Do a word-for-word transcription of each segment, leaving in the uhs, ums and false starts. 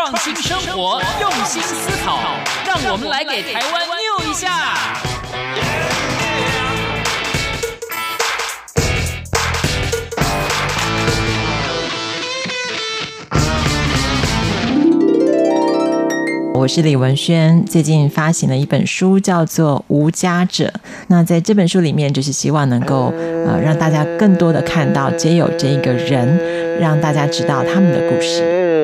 创新生活，用心思考，让我们来给台湾 new 一下。 我是李文轩，最近发行了一本书叫做《无家者》。那在这本书里面，就是希望能够呃让大家更多的看到皆有这一个人，让大家知道他们的故事。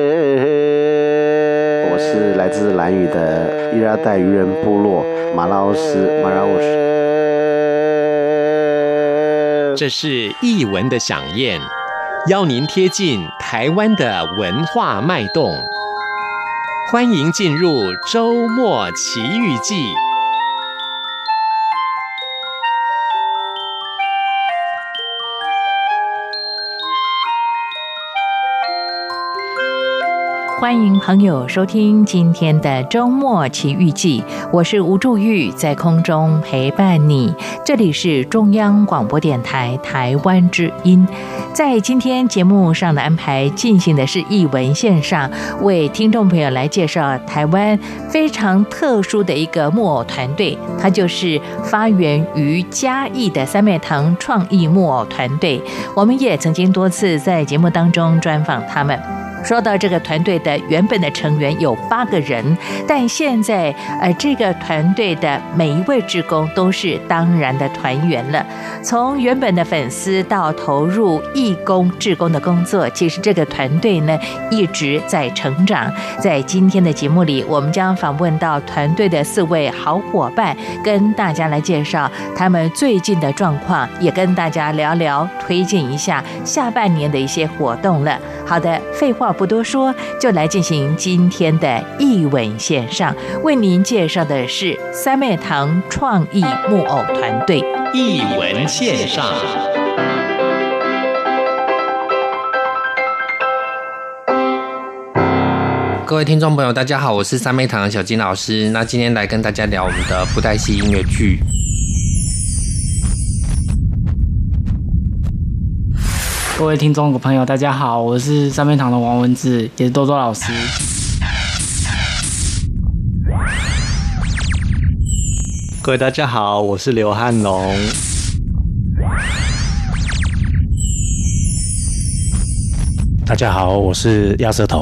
我是来自兰屿的伊拉代渔人部落马拉欧斯马拉欧斯。 这是艺文的飨宴，邀您贴近台湾的文化脉动。欢迎进入周末奇遇记。 欢迎朋友收听今天的周末奇遇记，我是吴祝玉，在空中陪伴你。这里是中央广播电台台湾之音。在今天节目上的安排进行的是艺文线上，为听众朋友来介绍台湾非常特殊的一个木偶团队，它就是发源于嘉义的三妹堂创意木偶团队。我们也曾经多次在节目当中专访他们。说到这个团队的原本的成员有八个人，但现在呃这个团队的每一位志工都是当然的团员了。从原本的粉丝到投入义工志工的工作，其实这个团队呢一直在成长。在今天的节目里，我们将访问到团队的四位好伙伴，跟大家来介绍他们最近的状况，也跟大家聊聊推荐一下下半年的一些活动了。好的，废话不多说，就来进行今天的艺文线上，为您介绍的是三妹堂创意木偶团队。 艺文线上，各位听众朋友，大家好，我是三妹堂的小金老师。那今天来跟大家聊我们的布袋戏音乐剧。 各位听众朋友，大家好，我是三妹堂的王文志，也是多多老师。 各位大家好，我是刘汉龙。 大家好，我是鸭舌头。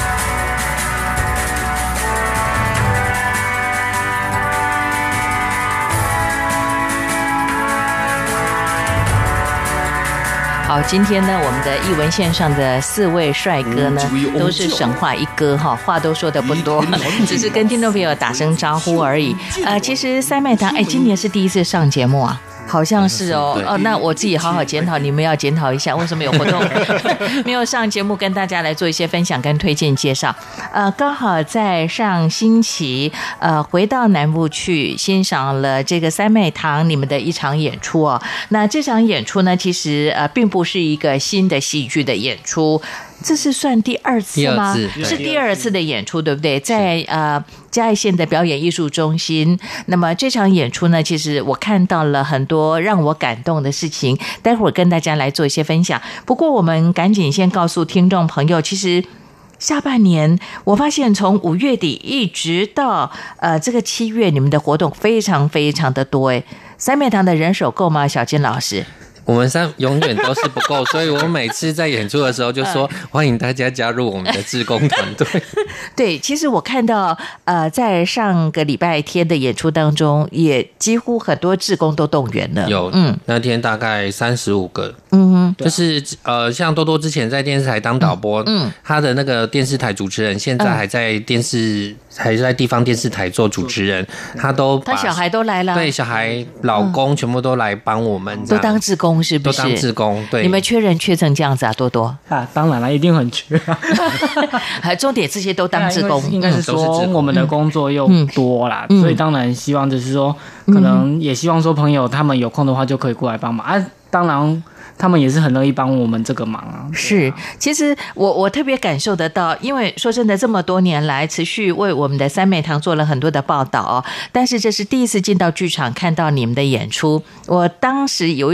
好，今天呢，我们的艺文线上的四位帅哥呢，都是神话一哥哈，话都说的不多，只是跟听众朋友打声招呼而已。呃，其实三妹堂，哎，今年是第一次上节目啊。好像是哦，哦，那我自己好好检讨，你们要检讨一下，为什么有活动没有上节目跟大家来做一些分享跟推荐介绍？呃，刚好在上星期，呃，回到南部去欣赏了这个三妹堂你们的一场演出哦。那这场演出呢，其实呃，并不是一个新的戏剧的演出。这是算第二次吗？是第二次的演出，对不对？在呃嘉义县的表演艺术中心。那么这场演出呢，其实我看到了很多让我感动的事情，待会儿跟大家来做一些分享。不过我们赶紧先告诉听众朋友，其实下半年我发现从五月底一直到呃这个七月，你们的活动非常非常的多哎。三妹堂的人手够吗？小金老师？ 我们三永远都是不够，所以我每次在演出的时候就说欢迎大家加入我们的志工团队。 对，其实我看到呃，在上个礼拜天的演出当中，也几乎很多志工都动员了。 有，嗯，那天大概三十五个。 嗯哼， 就是呃，像多多之前在电视台当导播，嗯，他的那个电视台主持人现在还在电视，嗯、还在地方电视台做主持人，他都把他小孩都来了， 对，小孩、老公全部都来帮我们， 都当志工。是不是？ 都当志工，对。 你们缺人缺成这样子啊，多多啊，当然了，一定很缺啊。 还重点这些都当志工， 应该是说我们的工作又多啦，嗯、所以当然希望就是说，可能也希望说朋友他们有空的话就可以过来帮忙啊。当然。他们也是很乐意帮我们这个忙啊。 是，其实我我特别感受得到，因为说真的，这么多年来持续为我们的三妹堂做了很多的报道哦，但是这是第一次进到剧场看到你们的演出，我当时有一种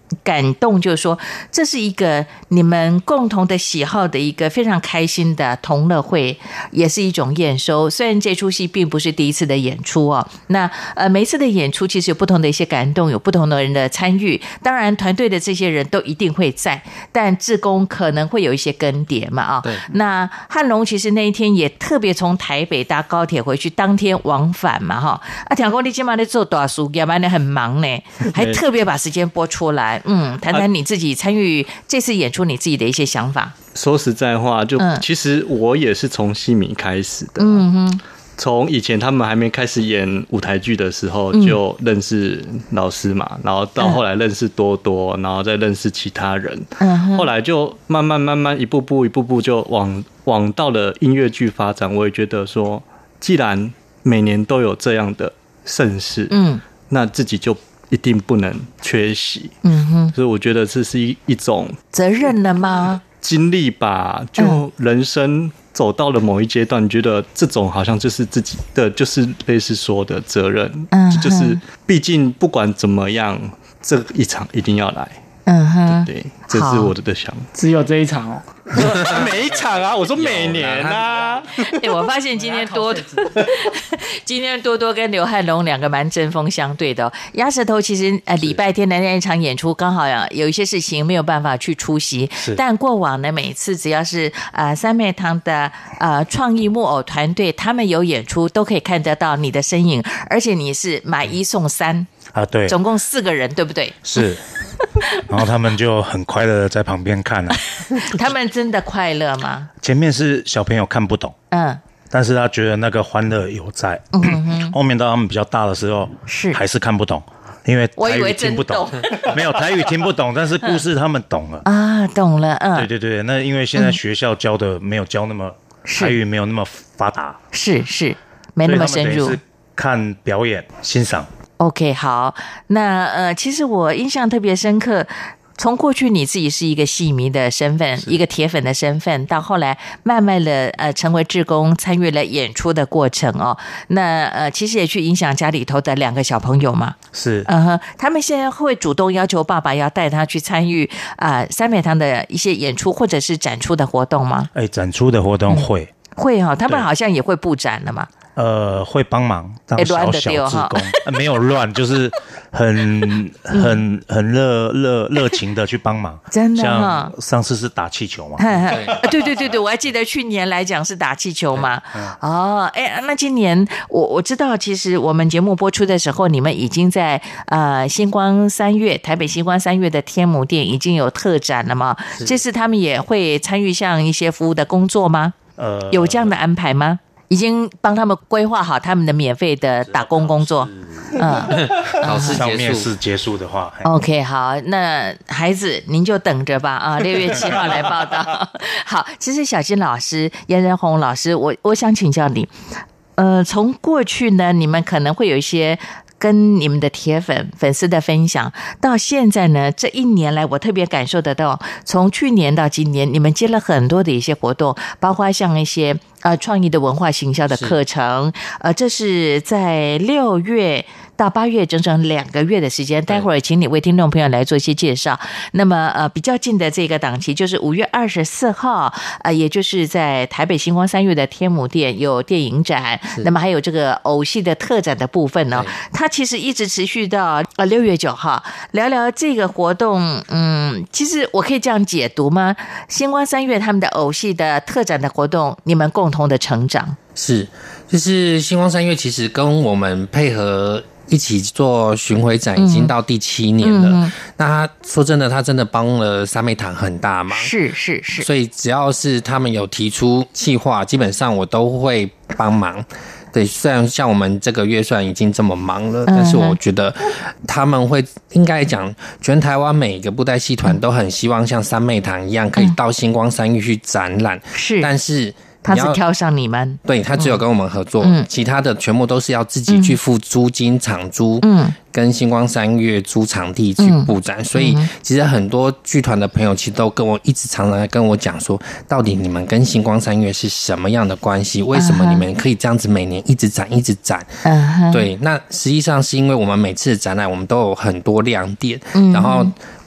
感动，就是说这是一个你们共同的喜好的一个非常开心的同乐会，也是一种验收。虽然这出戏并不是第一次的演出哦，那呃每一次的演出其实有不同的一些感动，有不同的人的参与。当然团队的这些人都一定会在，但志工可能会有一些更迭嘛啊、哦。 对。 那汉龙其实那一天也特别从台北搭高铁回去，当天往返嘛哈。啊，听说你今晚在做大事业，蛮很忙呢，还特别把时间播出来。嗯，谈谈你自己参与这次演出你自己的一些想法。 说实在话，就、嗯、其实我也是从戏迷开始的。嗯哼，从以前他们还没开始演舞台剧的时候就认识老师嘛，嗯、然后到后来认识多多，然后再认识其他人。嗯，后来就慢慢慢慢一步步一步步就往往到了音乐剧发展。我也觉得说，既然每年都有这样的盛事，嗯，那自己就一定不能缺席，嗯哼，所以我觉得这是一一种责任了吗？ 经历吧，就人生走到了某一阶段，你觉得这种好像就是自己的，就是类似说的责任，嗯，就是毕竟不管怎么样，这一场一定要来。嗯哼，对，对，这是我的想法。 只有这一场哦， 每一场啊，我说每年啊。 欸、我发现今天多多，今天多多跟刘汉龙两个蛮针锋相对的、哦。鸭舌头其实呃礼拜天的那一场演出刚好有一些事情没有办法去出席，但过往呢每次只要是呃三妹堂的呃创意木偶团队他们有演出，都可以看得到你的身影，而且你是买一送三啊，对， 总共四个人，对不对？ 是。然后他们就很快乐在旁边看了、啊。 他们真的快乐吗？ 前面是小朋友看不懂，嗯，但是他觉得那个欢乐有在。嗯哼，后面到他们比较大的时候，是还是看不懂，因为台语听不懂。没有台语听不懂，但是故事他们懂了、 嗯、啊，懂了，嗯， 对对对，那因为现在学校教的没有教那么、嗯、台语没有那么发达， 是是没那么深入， 是看表演欣赏。 OK， 好，那呃，其实我印象特别深刻，从过去你自己是一个戏迷的身份，一个铁粉的身份，到后来慢慢的呃成为志工，参与了演出的过程哦。那呃，其实也去影响家里头的两个小朋友嘛。 是， 嗯哼，他们现在会主动要求爸爸要带他去参与啊、呃、三美堂的一些演出或者是展出的活动吗？ 哎，展出的活动会、嗯、 会哈、哦，他们好像也会布展了嘛。 呃，会帮忙当小小志工、欸，没有乱，就是很很很热热热情的去帮忙。 真的、 哦，像上次是打气球嘛？ 对对对对，我还记得去年来讲是打气球嘛。哦，哎，那今年我我知道，其实我们节目播出的时候，你们已经在呃星光三月台北星光三月的天母店已经有特展了嘛？这次他们也会参与像一些服务的工作吗？呃，有这样的安排吗？已经帮他们规划好他们的免费的打工工作， 嗯，考试上面试结束的话 ，OK， 好，那孩子您就等着吧啊，六月七号来报道。好，其实小金老师、严仁宏老师，我我想请教你，呃，从过去呢，你们可能会有一些跟你们的铁粉粉丝的分享，到现在呢，这一年来我特别感受得到，从去年到今年，你们接了很多的一些活动，包括像一些呃创意的文化行销的课程，呃，这是在六月到八月整整两个月的时间，待会儿请你为听众朋友来做一些介绍。那么呃比较近的这个档期就是五月二十四号，呃也就是在台北星光三月的天母店有电影展，那么还有这个偶戏的特展的部分呢，它其实一直持续到呃六月九号。聊聊这个活动，嗯，其实我可以这样解读吗？星光三月他们的偶戏的特展的活动，你们共同的成长是，就是星光三月其实跟我们配合一起做巡回展已经到第七年了。嗯嗯、那他说真的，他真的帮了三妹堂很大忙。 是是是。 所以只要是他们有提出企划，基本上我都会帮忙。对，虽然像我们这个月虽然已经这么忙了，但是我觉得他们会应该讲，全台湾每个布袋戏团都很希望像三妹堂一样，可以到星光三月去展览。是，但是。 他是挑上你们， 对，他只有跟我们合作，嗯、其他的全部都是要自己去付租金、场租，嗯，跟星光三月租场地去布展。嗯、所以其实很多剧团的朋友其实都跟我一直常常跟我讲说，到底你们跟星光三月是什么样的关系？为什么你们可以这样子每年一直展一直展？嗯、对，那实际上是因为我们每次的展览我们都有很多亮点，嗯、然后。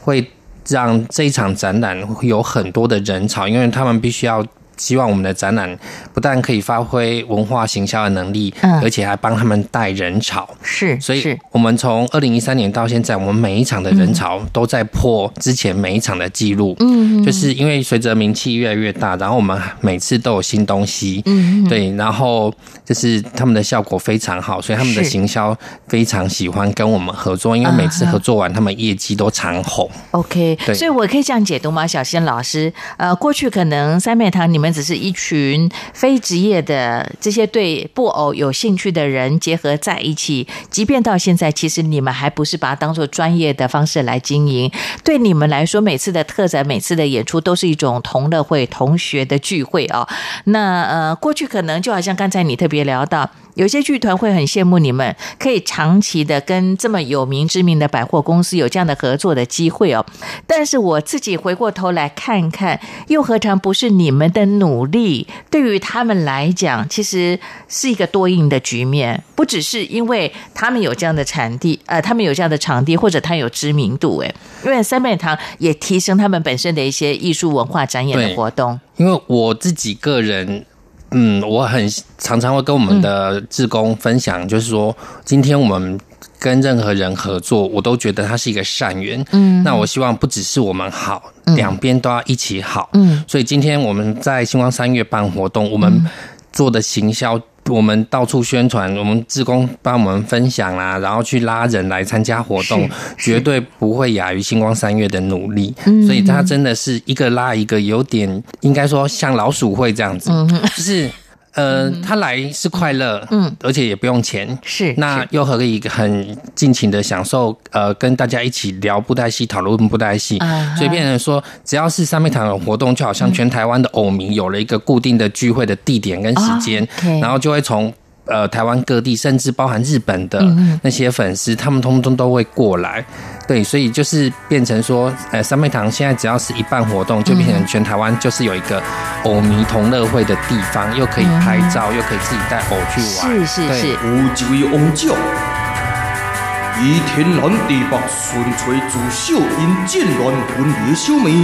会让这一场展览有很多的人潮，因为他们必须要希望我们的展览不但可以发挥文化行销的能力，嗯、而且还帮他们带人潮。 是， 所以我们从二零一三年到现在，我们每一场的人潮都在破之前每一场的记录。嗯，就是因为随着名气越来越大，然后我们每次都有新东西。嗯，对，然后就是他们的效果非常好，所以他们的行销非常喜欢跟我们合作，因为每次合作完，他们业绩都长红。 OK， 所以我可以这样解读吗？小新老师，呃，过去可能三妹堂你们只是一群非职业的这些对布偶有兴趣的人结合在一起，即便到现在，其实你们还不是把它当作专业的方式来经营。对你们来说，每次的特展、每次的演出都是一种同乐会、同学的聚会哦。那呃，过去可能就好像刚才你特别聊到，有些剧团会很羡慕你们可以长期的跟这么有名知名的百货公司有这样的合作的机会哦。但是我自己回过头来看看，又何尝不是你们的努力对于他们来讲其实是一个多赢的局面，不只是因为他们有这样的产地呃，他们有这样的场地，或者他有知名度诶，因为三妹堂也提升他们本身的一些艺术文化展演的活动。 因为我自己个人嗯，我很常常会跟我们的志工分享，就是说今天我们跟任何人合作，我都觉得它是一个善缘。嗯，那我希望不只是我们好，两边都要一起好。嗯，所以今天我们在星光三月办活动，我们做的行销，我们到处宣传，我们志工帮我们分享啦，然后去拉人来参加活动，绝对不会亚于星光三月的努力。嗯，所以它真的是一个拉一个，有点应该说像老鼠会这样子，嗯、就是呃，他来是快乐，嗯，而且也不用钱， 是那又可以很尽情的享受，呃，跟大家一起聊布袋戏，讨论布袋戏，啊、所以变成说，只要是三妹堂的活动，就好像全台湾的偶迷有了一个固定的聚会的地点跟时间，哦 okay、然后就会从呃台湾各地，甚至包含日本的那些粉丝，嗯、他们通通都会过来。对，所以就是变成说，呃，三妹堂现在只要是一办活动，就变成全台湾就是有一个偶迷同乐会的地方，又可以拍照，嗯、又可以自己带偶去玩。 是是是。 有一位王者，以天南地北顺吹自秀，因剑乱魂离小妹，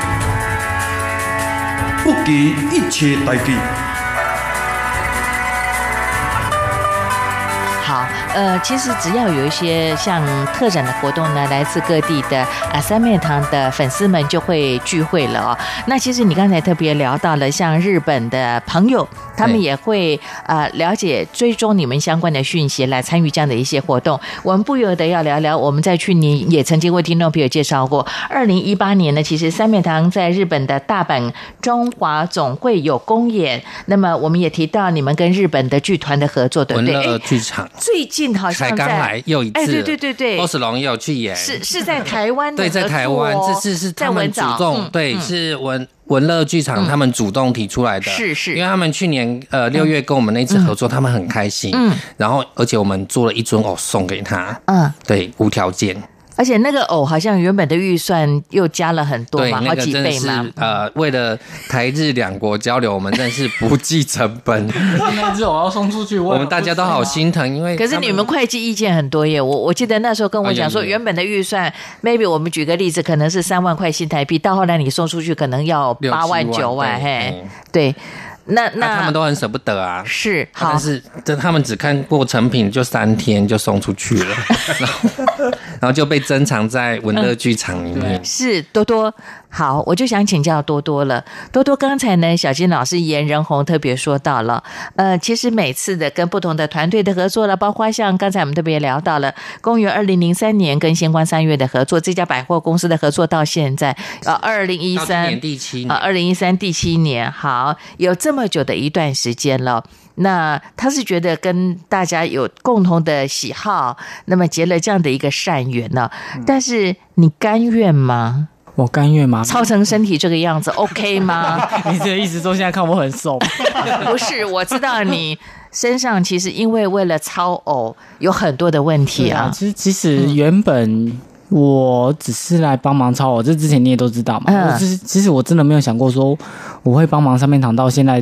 不计一切代价。 好，呃，其实只要有一些像特展的活动呢，来自各地的啊三妹堂的粉丝们就会聚会了哦。那其实你刚才特别聊到了，像日本的朋友，他们也会呃了解追踪你们相关的讯息，来参与这样的一些活动。我们不由得要聊聊，我们在去年也曾经为听众朋友介绍过，二零一八年呢，其实三妹堂在日本的大阪中华总会有公演，那么我们也提到你们跟日本的剧团的合作，对不对？ 文乐剧场。 最近好像才刚来又一次，哎， 对对对对， 欧斯龙也有去演， 是是在台湾的、哦， 对，在台湾，这次是他们主动，对，嗯、是文文乐剧场他们主动提出来的， 是、嗯、是， 因为他们去年呃六月跟我们那次合作，嗯、他们很开心，嗯，然后而且我们做了一尊偶送给他，嗯，对，无条件。 而且那个偶好像原本的预算又加了很多嘛，好几倍嘛。 呃，为了台日两国交流，我们真的是不计成本。 那只偶要送出去， 我们大家都好心疼，因为可是你们会计意见很多耶。我我记得那时候跟我讲说，原本的预算 ，maybe 我们举个例子，可能是三万块新台币，到后来你送出去可能要八万九万，嘿，对。那那、 啊、他们都很舍不得啊， 是，好， 但是这他们只看过成品就三天就送出去了，然后然后就被珍藏在文乐剧场里面。 嗯、是多多，好，我就想请教多多了。多多刚才呢，小金老师严仁宏特别说到了，呃，其实每次的跟不同的团队的合作了，包括像刚才我们特别聊到了，公元二零零三年跟星光三月的合作，这家百货公司的合作到现在，呃，二零一三第七年， 啊，二零一三第七年，好，有这么久的一段时间了。那他是觉得跟大家有共同的喜好，那么结了这样的一个善缘呢、嗯。但是你甘愿吗？ 我甘愿吗？ 操成身体这个样子 OK 吗？ 你这个意思说现在看我很瘦？ 不是，我知道你身上其实因为为了操偶有很多的问题啊。 啊其实其实原本、嗯。我只是来帮忙操偶，这之前你也都知道嘛。嗯、我其实其实我真的没有想过说我会帮忙三面堂到现在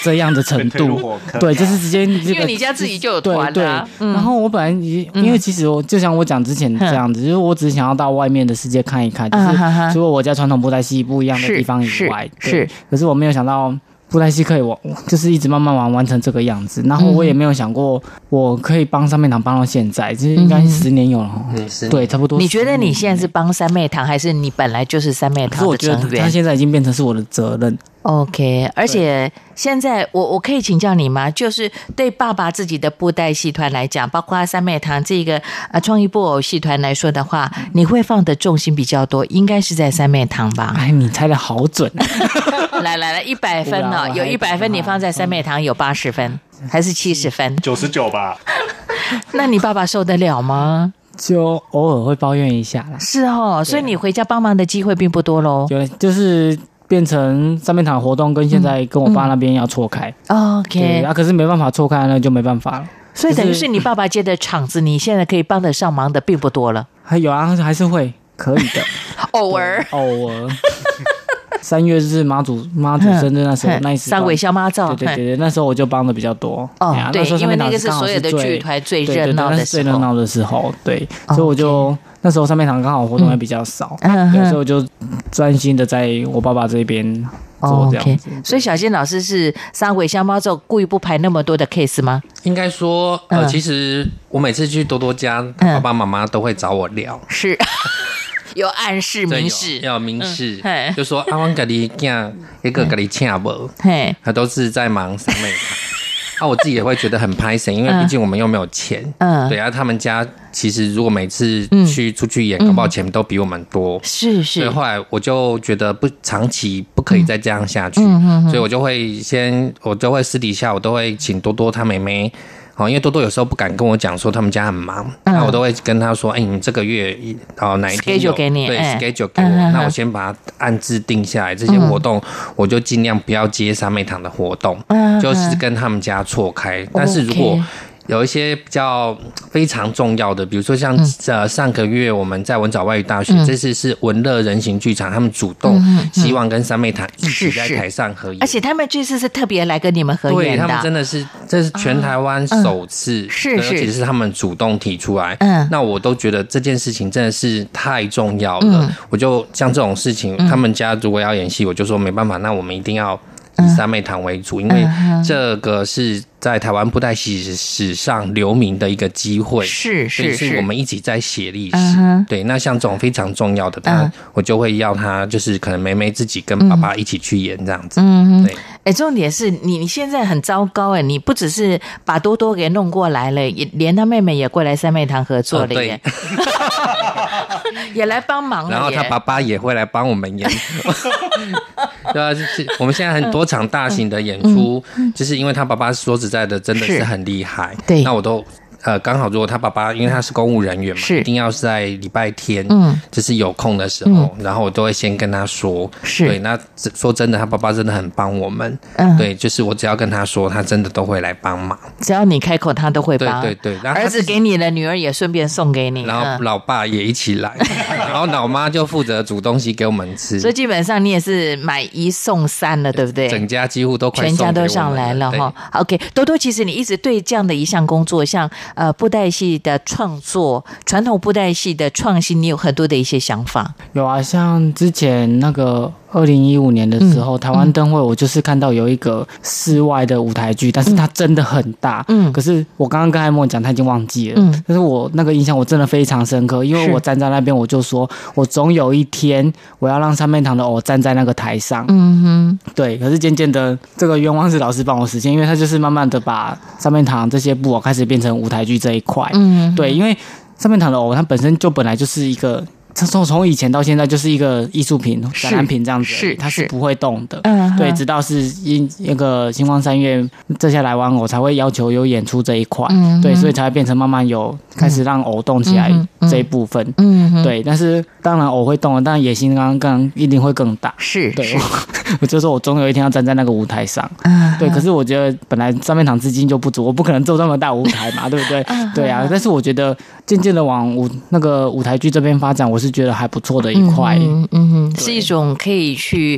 这样的程度，对，就是直接、这个、 因为你家自己就有团的、啊， 对对、嗯。然后我本来因为其实我就像我讲之前这样子，嗯、就是我只是想要到外面的世界看一看，就是除了我家传统布袋戏不一样的地方以外， 是，是可是我没有想到。布袋戏可以玩，就是一直慢慢玩完成这个样子。然后我也没有想过，我可以帮三妹堂帮到现在，就是应该十年有了。嗯，对，差不多。 你觉得你现在是帮三妹堂，还是你本来就是三妹堂的成员？ 可是我觉得他现在已经变成是我的责任。 OK， 而且现在我我可以请教你吗？就是对爸爸自己的布袋戏团来讲，包括三妹堂这个呃创意布偶戏团来说的话，你会放的重心比较多，应该是在三妹堂吧？ 哎，你猜的好准！ 来来来，一百分呢、哦，有一百分，你放在三妹堂有八十分，还是七十分？ 九十九吧。 那你爸爸受得了吗？ 就偶尔会抱怨一下啦。 是哦，所以你回家帮忙的机会并不多咯。 就就是变成三面堂活动跟现在跟我爸那边要错开。 嗯、OK， 对啊，可是没办法错开，那就没办法了。 所以等于是你爸爸接的场子，你现在可以帮得上忙的并不多了。 还有啊，还是会可以的， 偶尔偶尔。三月是妈祖妈祖生日那时候，那一时三尾小妈祖， 对对对，那时候我就帮的比较多。 哦，对，因为那个是所有的剧团最热闹的时候， 最热闹的时候，对，所以我就那时候三面堂刚好活动还比较少，对，所以我就专心的在我爸爸这边做这样子。 所以小仙老师是三尾小妈祖故意不排那么多的 case 吗？ 应该说，呃，其实我每次去多多家，爸爸妈妈都会找我聊， 是。有暗示明示， 要明示，嗯、就说阿汪家里囝一个家里请无，他都是在忙三妹堂。啊，我自己也会觉得很拍神，因为毕竟我们又没有钱，嗯，对啊，他们家其实如果每次去出去演，搞不好钱都比我们多， 是是。 所以后来我就觉得不长期不可以再这样下去，嗯、所以我就会先，我就会私底下我都会请多多他妹妹。哦，因为多多有时候不敢跟我讲说他们家很忙，那、嗯、我都会跟他说：“哎、欸，你这个月哦哪一天有 schedule 给你， 对、 欸、 schedule 给我、嗯，那我先把它按制定下来。这些活动、嗯、我就尽量不要接三妹堂的活动，嗯、就是跟他们家错开。嗯、但是如果有一些比较非常重要的，比如说像、嗯、呃上个月我们在文藻外语大学，嗯、这次是文乐人形剧场，他们主动希望跟三妹堂一起在台上合演， 而且他们这次是特别来跟你们合演的， 对，他们真的是这是全台湾首次，啊嗯、是是，而且是他们主动提出来，嗯，那我都觉得这件事情真的是太重要了，嗯、我就像这种事情，嗯、他们家如果要演戏，我就说没办法，那我们一定要以三妹堂为主，因为这个是在台湾布袋戏史上留名的一个机会， 是是是，我们一起在写历史。Uh-huh. 对，那像这种非常重要的，他、uh-huh. 我就会要他，就是可能妹妹自己跟爸爸一起去演这样子。嗯，对。 哎，重点是你你现在很糟糕哎，你不只是把多多给弄过来了，也连他妹妹也过来三妹堂合作了耶。呃、也来帮忙了， 然后他爸爸也会来帮我们演。对啊，就是我们现在很多场大型的演出，嗯、就是因为他爸爸说实在的，真的是很厉害。对，那我都呃刚好，如果他爸爸因为他是公务人员嘛，是一定要是在礼拜天，嗯，就是有空的时候，嗯、然后我都会先跟他说，是对。那说真的，他爸爸真的很帮我们，嗯，对，就是我只要跟他说，他真的都会来帮忙。 只要你开口，他都会帮。 对对对， 儿子给你了，女儿也顺便送给你， 然后老爸也一起来，然后老妈就负责煮东西给我们吃。 所以基本上你也是买一送三了，对不对？ 整家几乎都快送给我们了， 全家都上来了哈。OK， 多多，其实你一直对这样的一项工作，像呃布袋戏的创作、传统布袋戏的创新，你有很多的一些想法。 有啊，像之前那个二零一五年的时候，嗯、台湾灯会，我就是看到有一个室外的舞台剧，但是它真的很大。嗯，可是我刚刚跟艾莫讲，他已经忘记了。嗯，但是我那个印象我真的非常深刻，因为我站在那边，我就说我总有一天我要让三妹堂的偶站在那个台上。嗯哼，对。可是渐渐的，这个愿望是老师帮我实现，因为他就是慢慢的把三妹堂这些布偶开始变成舞台剧这一块。嗯，对，因为三妹堂的偶它本身就本来就是一个。从从以前到现在就是一个艺术品、展览品这样子，是它是不会动的。嗯，对，直到是因那个星光三月这些来玩偶才会要求有演出这一块，嗯，对，所以才会变成慢慢有开始让偶动起来这一部分。嗯，对，但是当然偶会动了，但野心刚刚一定会更大。是，对，我, 我就说我总有一天要站在那个舞台上。嗯，对，可是我觉得本来三面堂资金就不足，我不可能做这么大舞台嘛，对不对？对啊，但是我觉得渐渐的往舞那个舞台剧这边发展，我是觉得还不错的一块， 嗯嗯，是一种可以去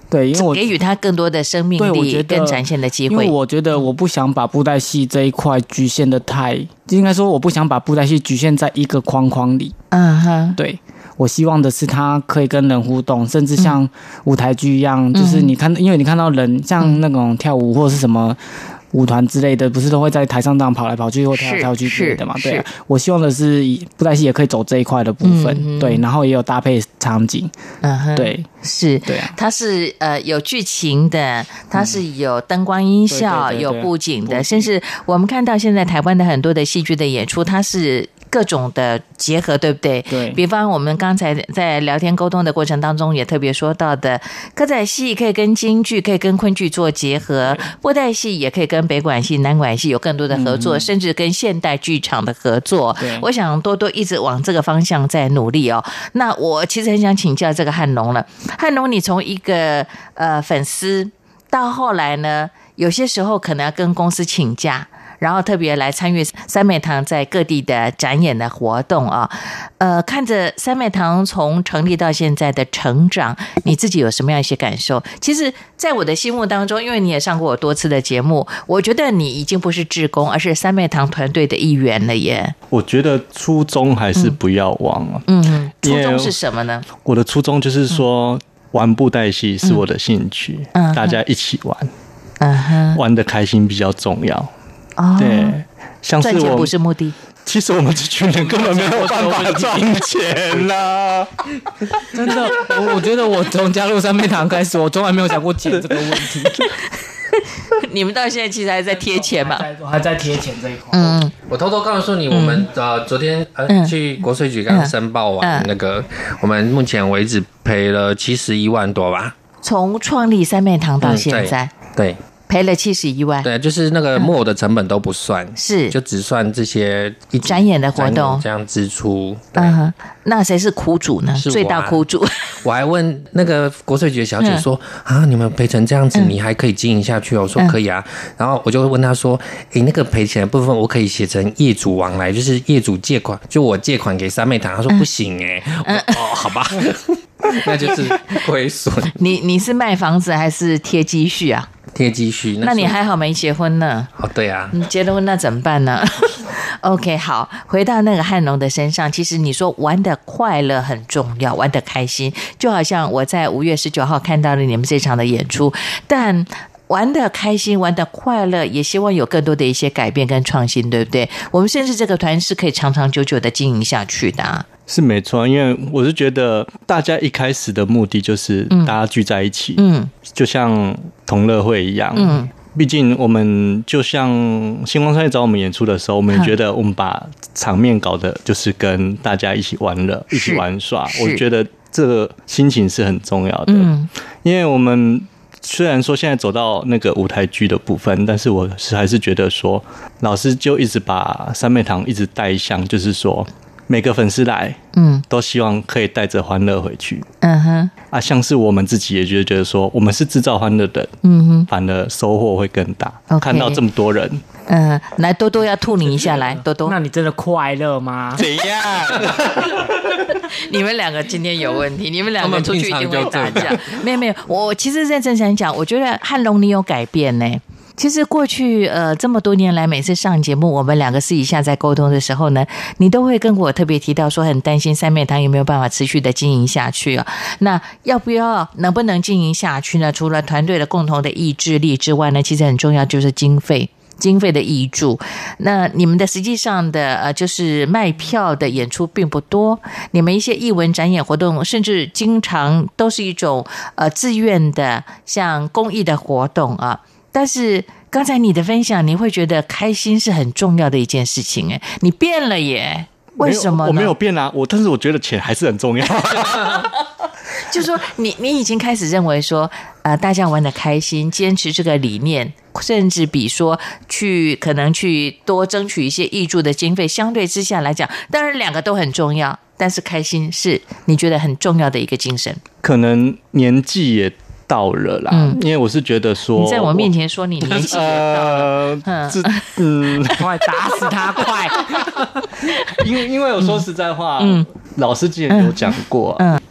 对，因为我给予他更多的生命力跟展现的机会。 因为我觉得我不想把布袋戏这一块局限的太，应该说我不想把布袋戏局限在一个框框里。嗯哼，对。我希望的是他可以跟人互动，甚至像舞台剧一样，嗯、就是你看，因为你看到人像那种跳舞或者是什么舞团之类的，不是都会在台上这样跑来跑去或跳来跳去之类的嘛？对啊，我希望的是布袋戏也可以走这一块的部分，嗯、对，然后也有搭配场景，嗯哼，对， 是，对啊，它是呃有剧情的，它是有灯光音效、嗯、对对对对有布景的，甚至我们看到现在台湾的很多的戏剧的演出，它是各种的结合，对不对？对。比方我们刚才在聊天沟通的过程当中也特别说到的，歌仔戏可以跟京剧、可以跟昆剧做结合，布袋戏也可以跟北管戏、南管戏有更多的合作，嗯、甚至跟现代剧场的合作。我想多多一直往这个方向在努力哦。那我其实很想请教这个汉龙了，汉龙，你从一个呃粉丝到后来呢，有些时候可能要跟公司请假。然后特别来参与三妹堂在各地的展演的活动啊，呃，看着三妹堂从成立到现在的成长，你自己有什么样一些感受？其实，在我的心目当中，因为你也上过我多次的节目，我觉得你已经不是志工，而是三妹堂团队的一员了耶。 我觉得初衷还是不要忘了。嗯， 嗯初衷是什么呢？ 我的初衷就是说，嗯、玩布袋戏是我的兴趣，嗯、大家一起玩，嗯、玩得开心比较重要。哦、对，像是我赚钱不是目的。 其实我们这群人根本没有办法赚钱啦， 真的。我我觉得我从加入三妹堂开始，我从来没有想过钱这个问题。 你们到现在其实还在贴钱嘛？ 还在贴钱这一块。 嗯，我偷偷告诉你，我们呃昨天呃、嗯、去国税局刚申报完那个，嗯、我们目前为止赔了七十一万多吧。 从创立三妹堂到现在，嗯、对。对赔了七十一万， 对，就是那个木偶的成本都不算，嗯、是就只算这些展演的活动这样支出。 嗯，那谁是苦主呢？最大苦主。 我还问那个国税局的小姐说：“嗯、啊，你们赔成这样子，你还可以经营下去哦？”我说：“可以啊。嗯”然后我就会问他说：“诶，那个赔钱的部分，我可以写成业主往来，就是业主借款，就我借款给三妹堂。”他说：“不行哎。嗯”哦，好吧。那就是亏损。 你你是卖房子还是贴积蓄啊？ 贴积蓄。 那你还好没结婚呢。 哦，对啊。 你结了婚那怎么办呢？OK， 好，回到那个汉龙的身上，其实你说玩的快乐很重要，玩的开心，就好像我在五月十九号看到了你们这场的演出，但玩的开心，玩的快乐，也希望有更多的一些改变跟创新，对不对？我们甚至这个团是可以长长久久的经营下去的啊。 是没错，因为我是觉得大家一开始的目的就是大家聚在一起，嗯，就像同乐会一样，嗯，毕竟我们就像星光三月找我们演出的时候，我们也觉得我们把场面搞得就是跟大家一起玩乐，一起玩耍，我觉得这个心情是很重要的，嗯，因为我们虽然说现在走到那个舞台剧的部分，但是我是还是觉得说，老师就一直把三妹堂一直带向，就是说。每个粉丝来，嗯，都希望可以带着欢乐回去。嗯哼，啊，像是我们自己也觉得觉得说，我们是制造欢乐的，嗯哼，反而收获会更大。Okay. 看到这么多人， 嗯，来多多要吐你一下来，多多。 那你真的快乐吗？ 怎样？ 你们两个今天有问题，你们两个出去一定会打架。没有没有，我其实认真想讲，我觉得汉龙你有改变呢。其实过去呃这么多年来，每次上节目，我们两个私底下在沟通的时候呢，你都会跟我特别提到说，很担心三妹堂有没有办法持续的经营下去啊？那要不要能不能经营下去呢？除了团队的共同的意志力之外呢，其实很重要就是经费。经费的挹注，那你们的实际上的呃，就是卖票的演出并不多，你们一些艺文展演活动，甚至经常都是一种呃自愿的，像公益的活动啊。但是刚才你的分享，你会觉得开心是很重要的一件事情，哎，你变了耶？为什么呢？ 我没有变啊，我但是我觉得钱还是很重要。 就说你你已经开始认为说，呃，大家玩得开心，坚持这个理念，甚至比说去可能去多争取一些挹注的经费，相对之下来讲，当然两个都很重要，但是开心是你觉得很重要的一个精神。 可能年纪也到了啦，嗯，因为我是觉得说， 你在我面前说你年纪也到了， 呃、嗯， 快打死他，快！ 因为因为我说实在话，嗯，老师之前有讲过，嗯，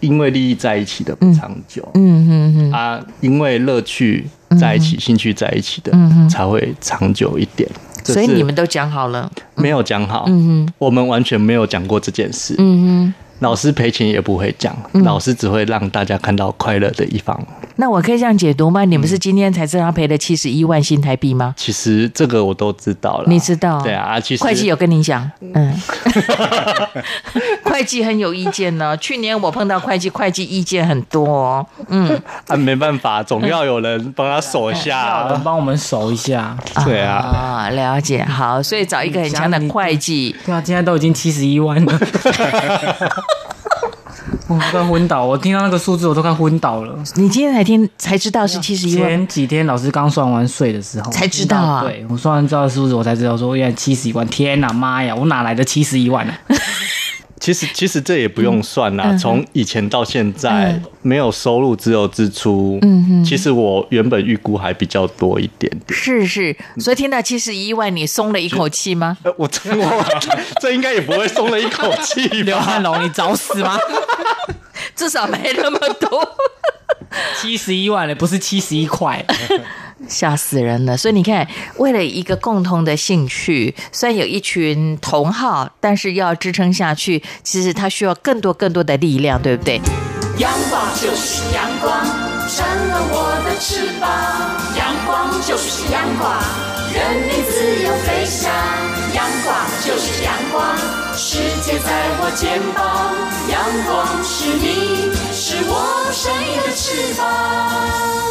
因为利益在一起的不长久， 嗯嗯嗯啊，因为乐趣在一起、嗯、兴趣在一起的、 嗯、 才会长久一点。 所以你们都讲好了？ 没有讲好， 嗯、 我们完全没有讲过这件事。 嗯老师赔钱也不会讲、嗯，老师只会让大家看到快乐的一方。 那我可以这样解读吗？你们是今天才知道他赔了七十一万新台币吗？ 其实这个我都知道了。 你知道？ 对啊，其实会计有跟你讲，嗯，会计很有意见呢。去年我碰到会计，会计意见很多、哦，嗯， 啊，没办法，总要有人帮他守一下， 有人帮我们守一下。 对啊， 啊，了解，好，所以找一个很强的会计。 对啊，现在都已经七十一万了。我快昏倒！我听到那个数字，我都快昏倒了。 你今天才听才知道是七十一万？ 前几天老师刚算完税的时候才知道啊。 对，我算完这个数字，我才知道说原来七十一万。天哪，妈呀！我哪来的七十一万呢、啊？ 其实其实这也不用算啦，从、嗯、以前到现在、嗯、没有收入只有支出。嗯其实我原本预估还比较多一点点。 是是，所以听到七十一万，你松了一口气吗？ 呃、我我这应该也不会松了一口气。 刘汉龙，你找死吗？ 至少没那么多。 七十一万了，不是七十一块。 吓死人了！所以你看，为了一个共同的兴趣，虽然有一群同好，但是要支撑下去，其实它需要更多更多的力量，对不对？ 阳光就是阳光，扇了我的翅膀。阳光就是阳光，任你自由飞翔。阳光就是阳光，世界在我肩膀。阳光是你，是我生命的翅膀。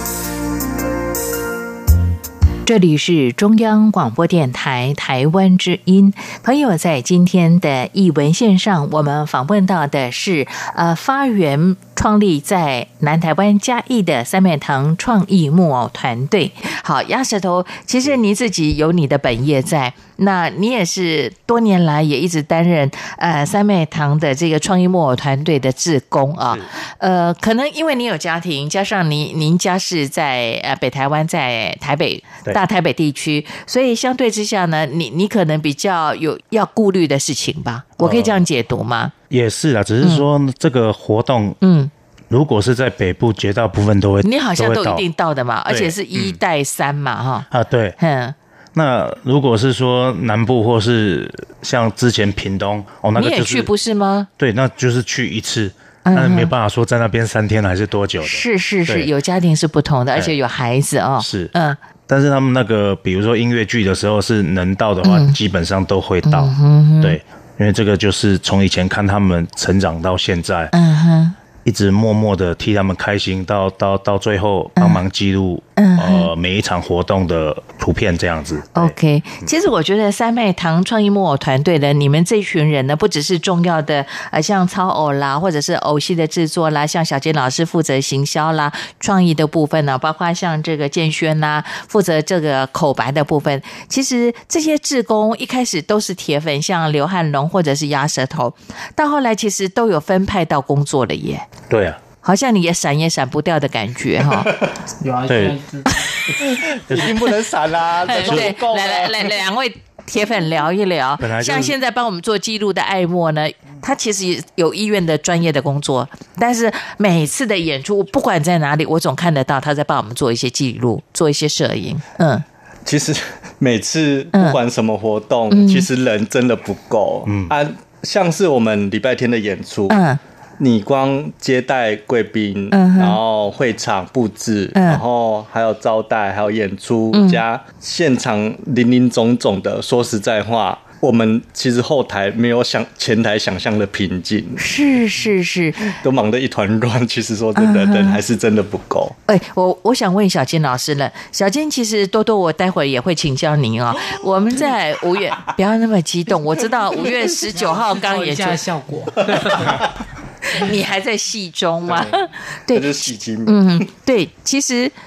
这里是中央广播电台台湾之音。朋友，在今天的艺文线上，我们访问到的是呃发源创立在南台湾嘉义的三妹堂创意木偶团队。好，鸭舌头，其实你自己有你的本业在，那你也是多年来也一直担任呃三妹堂的这个创意木偶团队的志工啊。呃，可能因为你有家庭，加上您您家是在呃北台湾，在台北大台北地区，所以相对之下呢，你你可能比较有要顾虑的事情吧？我可以这样解读吗？呃、 也是啦，只是说这个活动，嗯。如果是在北部，绝大部分都会， 你好像都一定到的嘛，而且是一带三嘛，哈、 嗯、啊，对，嗯，那如果是说南部或是像之前屏东，哦，那个、就是、 你也去不是吗？ 对，那就是去一次，那没办法说在那边三天还是多久的， 是是是，有家庭是不同的，而且有孩子哦， 是，嗯，但是他们那个比如说音乐剧的时候是能到的话，嗯、基本上都会到，嗯、对，因为这个就是从以前看他们成长到现在，嗯哼。一直默默的替他们开心，到到到最后帮忙记录、嗯、呃每一场活动的图片这样子。 OK， 其实我觉得三妹堂创意木偶团队的你们这群人呢，不只是重要的呃像操偶啦，或者是偶戏的制作啦，像小金老师负责行销啦、创意的部分呢，包括像这个建轩啦，负责这个口白的部分。其实这些志工一开始都是铁粉，像刘汉龙或者是鸭舌头，到后来其实都有分派到工作了耶。 对啊， 好像你也闪也闪不掉的感觉哈。 有啊， 对， 一定不能闪啦、啊。 对，来来来，两位铁粉聊一聊。像现在帮我们做记录的艾默呢，他其实有医院的专业的工作，但是每次的演出，不管在哪里，我总看得到他在帮我们做一些记录，做一些摄影。嗯。 其实每次不管什么活动，嗯、其实人真的不够。嗯啊，像是我们礼拜天的演出，嗯。你光接待贵宾、嗯，然后会场布置、嗯，然后还有招待，还有演出、嗯、加现场林林总总的。说实在话，我们其实后台没有想前台想象的平静， 是是是， 都忙得一团乱。其实说真的，人、嗯、还是真的不够。 哎、欸，我我想问小金老师了，小金其实多多，我待会也会请教您哦。我们在五月，不要那么激动，我知道五月十九号刚演出效果。 你还在戏中吗？ 对，就是戏精。 嗯，对。其实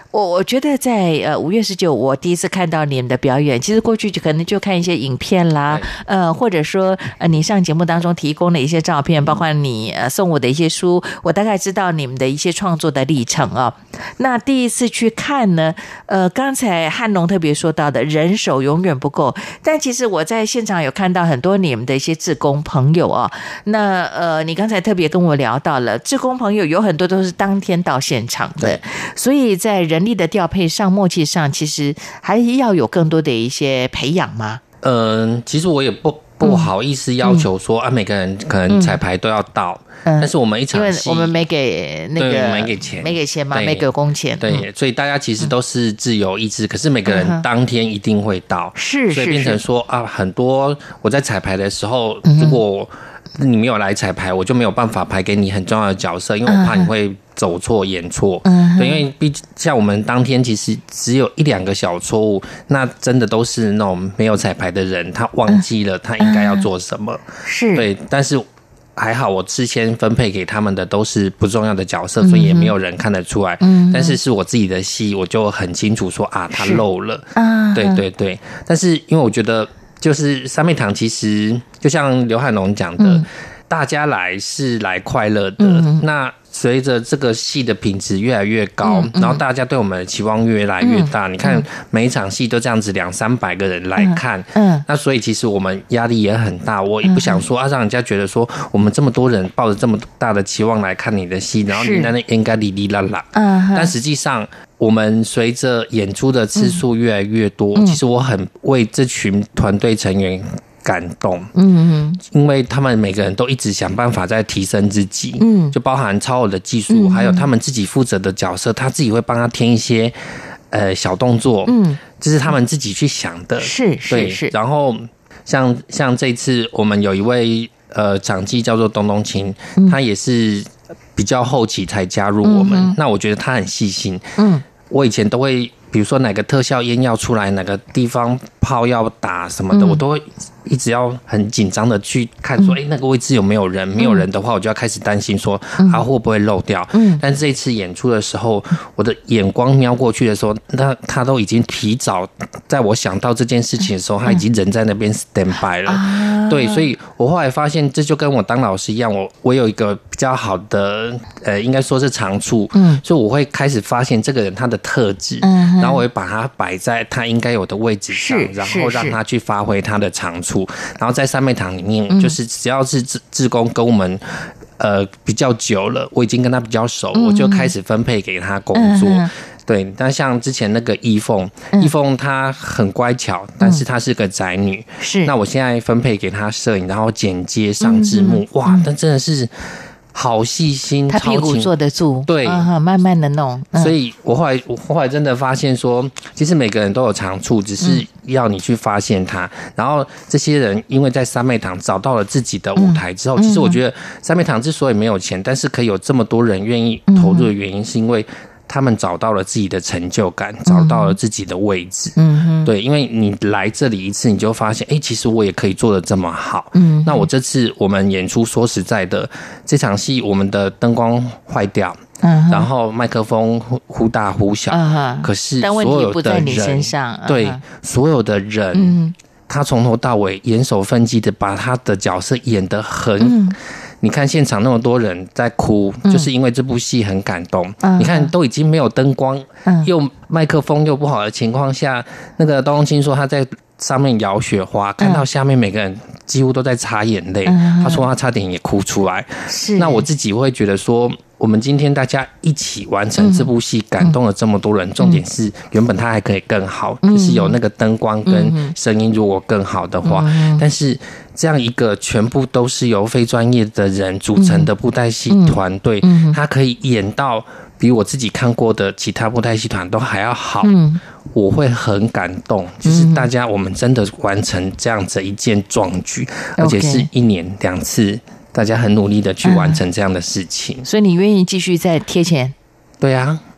我我觉得在呃五月十九，我第一次看到你们的表演，其实过去就可能就看一些影片啦，呃，或者说呃你上节目当中提供的一些照片，包括你呃送我的一些书，我大概知道你们的一些创作的历程啊、哦。那第一次去看呢，呃，刚才汉龙特别说到的人手永远不够，但其实我在现场有看到很多你们的一些志工朋友啊、哦。那呃，你刚才特别跟我聊到了志工朋友有很多都是当天到现场的，所以在人力的调配上、默契上，其实还要有更多的一些培养吗？ 嗯、呃，其实我也不不好意思要求说、嗯、啊，每个人可能彩排都要到，嗯、但是我们一场戏， 因为我们没给那个没给钱， 没给钱嘛，没给工钱， 对、嗯，所以大家其实都是自由意志，可是每个人当天一定会到， 是、嗯， 所以变成说啊，很多我在彩排的时候，嗯、如果你没有来彩排，我就没有办法排给你很重要的角色，因为我怕你会走错演错，嗯，对，因为毕竟像我们当天其实只有一两个小错误，那真的都是那种没有彩排的人，他忘记了他应该要做什么， 是、嗯， 对，但是还好我事先分配给他们的都是不重要的角色，所以也没有人看得出来，嗯，但是是我自己的戏，我就很清楚说啊，他漏了，啊，对对对，但是因为我觉得就是三妹堂其实就像刘汉龙讲的、嗯，大家来是来快乐的，嗯、那随着这个戏的品质越来越高、嗯嗯，然后大家对我们的期望越来越大。嗯、你看每一场戏都这样子两三百个人来看，嗯，嗯那所以其实我们压力也很大。我也不想说啊，让人家觉得说我们这么多人抱着这么大的期望来看你的戏，然后你那那应该哩哩啦啦，嗯，但实际上我们随着演出的次数越来越多，嗯、其实我很为这群团队成员感动，嗯嗯，因为他们每个人都一直想办法在提升自己，嗯，就包含超我的技术、嗯，还有他们自己负责的角色，他自己会帮他添一些呃小动作，嗯，这是他们自己去想的， 是是是。 然后像像这次我们有一位呃场记叫做东东青、嗯，他也是比较后期才加入我们，嗯、那我觉得他很细心，嗯，我以前都会。比如说哪个特效烟要出来，哪个地方炮要打什么的，嗯、我都会一直要很紧张的去看说，哎、嗯欸，那个位置有没有人？没有人的话，我就要开始担心说，嗯、啊会不会漏掉？嗯，但这一次演出的时候，我的眼光瞄过去的时候，那他都已经提早在我想到这件事情的时候，他已经人在那边 stand by 了。啊、对，所以我后来发现，这就跟我当老师一样，我我有一个比较好的呃，应该说是长处，嗯，所以我会开始发现这个人他的特质，嗯。然后我会把它摆在他应该有的位置上，然后让他去发挥他的长处。然后在三妹堂里面，嗯、就是只要是志志工跟我们呃比较久了，我已经跟他比较熟，嗯、我就开始分配给他工作。嗯、对，那像之前那个易凤，易凤她很乖巧，但是她是个宅女。是，那我现在分配给她摄影，然后剪接上字幕，嗯、哇，那真的是。好细心， 他屁股坐得住， 对、 嗯，慢慢的弄。 嗯、所以我后来，我后来真的发现说，其实每个人都有长处，只是要你去发现它。嗯、然后这些人因为在三妹堂找到了自己的舞台之后，嗯、其实我觉得三妹堂之所以没有钱，但是可以有这么多人愿意投入的原因，是因为。他们找到了自己的成就感，找到了自己的位置。嗯哼，对，因为你来这里一次，你就发现，哎、欸，其实我也可以做得这么好。嗯，那我这次我们演出，说实在的，这场戏我们的灯光坏掉，嗯，然后麦克风忽大忽小，嗯、可是所有的人，但问题不在你身上。嗯、对，所有的人，嗯、他从头到尾严守分际的把他的角色演得很。嗯你看现场那么多人在哭，嗯、就是因为这部戏很感动。嗯、你看都已经没有灯光，嗯、又麦克风又不好的情况下，那个东东青说他在上面摇雪花，嗯、看到下面每个人几乎都在擦眼泪。嗯、他说他差点也哭出来。是，那我自己会觉得说，我们今天大家一起完成这部戏，感动了这么多人。嗯、重点是原本他还可以更好，嗯、就是有那个灯光跟声音如果更好的话，嗯、但是。这样一个全部都是由非专业的人组成的布袋戏团队，嗯嗯、他可以演到比我自己看过的其他布袋戏团都还要好，嗯、我会很感动。就是大家我们真的完成这样子一件壮举，嗯、而且是一年两次，大家很努力的去完成这样的事情。 嗯、所以你愿意继续再贴钱？ 对啊。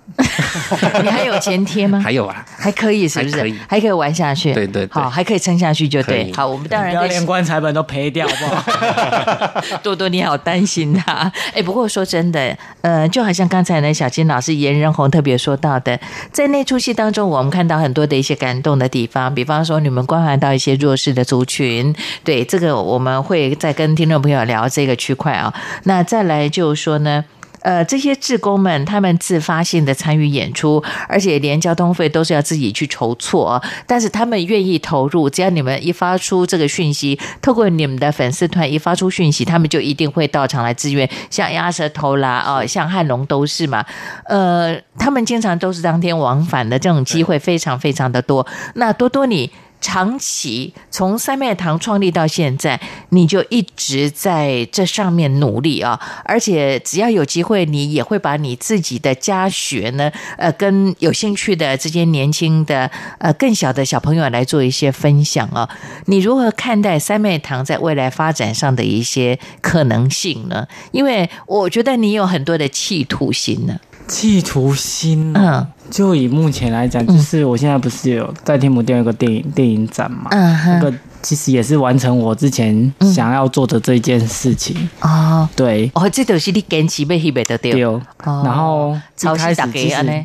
你还有前贴吗？ 还有啊， 还可以是不是？还可以，还可以玩下去。 对对对， 好，还可以撑下去就对。好，我们当然不要连棺材本都赔掉，好不好？ 多多，你好担心他。哎，不过说真的，呃，就好像刚才呢，小金老师严仁宏特别说到的，在那出戏当中，我们看到很多的一些感动的地方，比方说你们关怀到一些弱势的族群，对这个我们会再跟听众朋友聊这个区块啊。那再来就是说呢。呃，这些志工们他们自发性的参与演出，而且连交通费都是要自己去筹措，但是他们愿意投入，只要你们一发出这个讯息，透过你们的粉丝团一发出讯息，他们就一定会到场来支援，像鸭舌头啦，哦，像汉龙都是嘛，呃，他们经常都是当天往返的，这种机会非常非常的多。那多多你长期从三妹堂创立到现在，你就一直在这上面努力啊！而且只要有机会，你也会把你自己的家学呢，呃，跟有兴趣的这些年轻的呃更小的小朋友来做一些分享啊。你如何看待三妹堂在未来发展上的一些可能性呢？因为我觉得你有很多的企图心呢。 企图心、哦，嗯，就以目前来讲，就是我现在不是有在天母店有个电影电影展嘛，嗯，那个其实也是完成我之前想要做的这件事情哦。对， 哦，这都是你坚持要翕的对。对， 哦、然后一开始其实，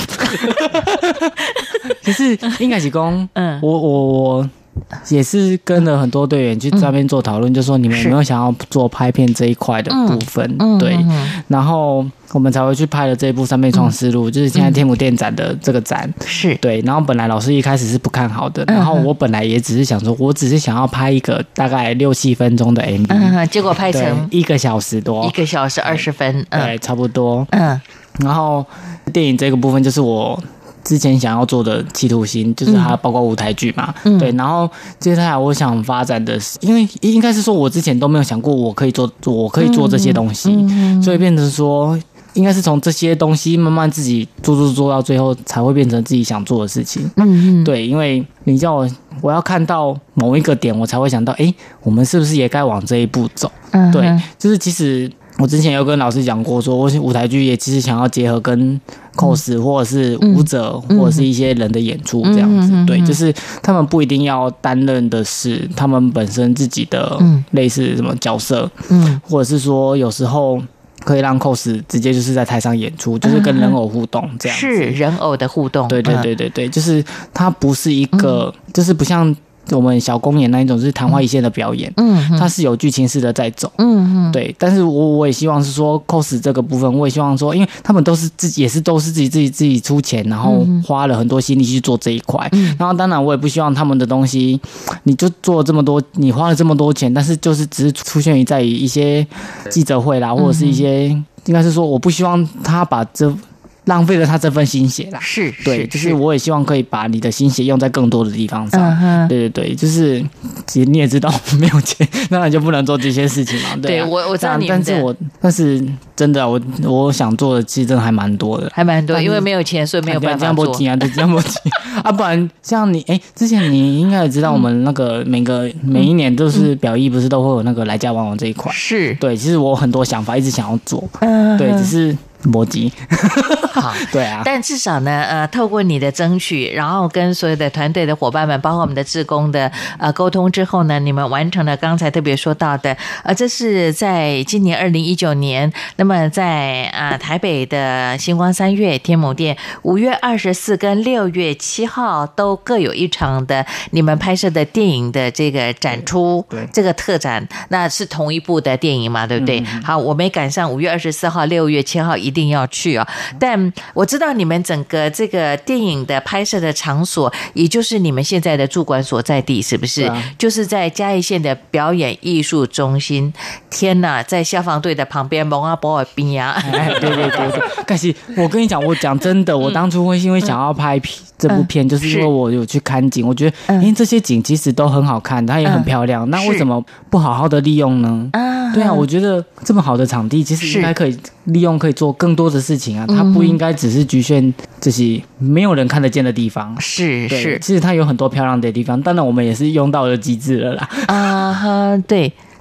其实应该是讲，嗯，我我我。也是跟了很多队员去这边做讨论、嗯，就说你们有没有想要做拍片这一块的部分？嗯、对、嗯，然后我们才会去拍了这一部《三倍创思路》，嗯、就是现在天母电展的这个展。是对，然后本来老师一开始是不看好的，嗯、然后我本来也只是想说，我只是想要拍一个大概六七分钟的 M V，、 嗯、结果拍成一个小时多， 一个小时二十分， 嗯、对，差不多。嗯，然后电影这个部分就是我之前想要做的企图心，就是它包括舞台剧嘛、嗯，对。然后接下来我想发展的是，因为应该是说我之前都没有想过我可以做，我可以做这些东西，嗯、所以变成说，应该是从这些东西慢慢自己做做做到最后，才会变成自己想做的事情。嗯，对，因为你叫我，我要看到某一个点，我才会想到，哎，我们是不是也该往这一步走？嗯，对，就是其实。我之前有跟老师讲过，说我舞台剧也其实想要结合跟 cos 或者是舞者、嗯、或者是一些人的演出这样子、嗯、对，就是他们不一定要担任的是他们本身自己的类似什么角色，嗯，或者是说有时候可以让 cos 直接就是在台上演出，就是跟人偶互动这样子， 是人偶的互动， 对对对对对，就是它不是一个、嗯、就是不像我们小公演那一种就是昙花一现的表演，嗯，它是有剧情式的在走，嗯嗯，对。但是我我也希望是说 cos 这个部分，我也希望说，因为他们都是自己也是都是自己自己自己出钱，然后花了很多心力去做这一块、嗯。然后当然我也不希望他们的东西，你就做了这么多，你花了这么多钱，但是就是只是出现于在于一些记者会啦，或者是一些、嗯、应该是说，我不希望他把这。浪费了他这份心血啦， 是， 对，就是我也希望可以把你的心血用在更多的地方上，嗯、对对对，就是其实你也知道，没有钱，当然就不能做这些事情嘛，对、啊， 对我我知道你们的， 但是我但是真的，我我想做的其实真的还蛮多的， 还蛮多，因为没有钱，所以没有办法做， 这样不这样不行啊，不然像你，哎、欸，之前你应该也知道，我们那个每个、嗯、每一年都是表艺，不是都会有那个来家玩玩这一块， 是对，其实我有很多想法一直想要做，嗯，对，只是。摩羯， 好， 对啊， 但至少呢，呃，透过你的争取，然后跟所有的团队的伙伴们，包括我们的志工的呃沟通之后呢，你们完成了刚才特别说到的，呃，这是在今年二零一九年，那么在啊、呃、台北的星光三月天母店，五月二十四跟六月七号都各有一场的你们拍摄的电影的这个展出，对，这个特展，那是同一部的电影嘛，对不对？嗯、好，我没赶上五月二十四号、六月七号一。一定要去哦！但我知道你们整个这个电影的拍摄的场所，也就是你们现在的驻馆所在地，是不是？啊、就是在嘉义县的表演艺术中心。天哪，在消防队的旁边，蒙阿波尔边呀！ 哎，对对对对，但是我跟你讲，我讲真的，我当初会因为想要拍这部片，嗯、就是因为我有去看景，我觉得，因、嗯、为这些景其实都很好看，它也很漂亮，嗯、那为什么不好好的利用呢？啊，对啊，我觉得这么好的场地，其实应该可以利用，可以做更多的事情啊，它不应该只是局限这些没有人看得见的地方。 是是， 其实它有很多漂亮的地方，当然我们也是用到了极致了啦。 啊哈，对。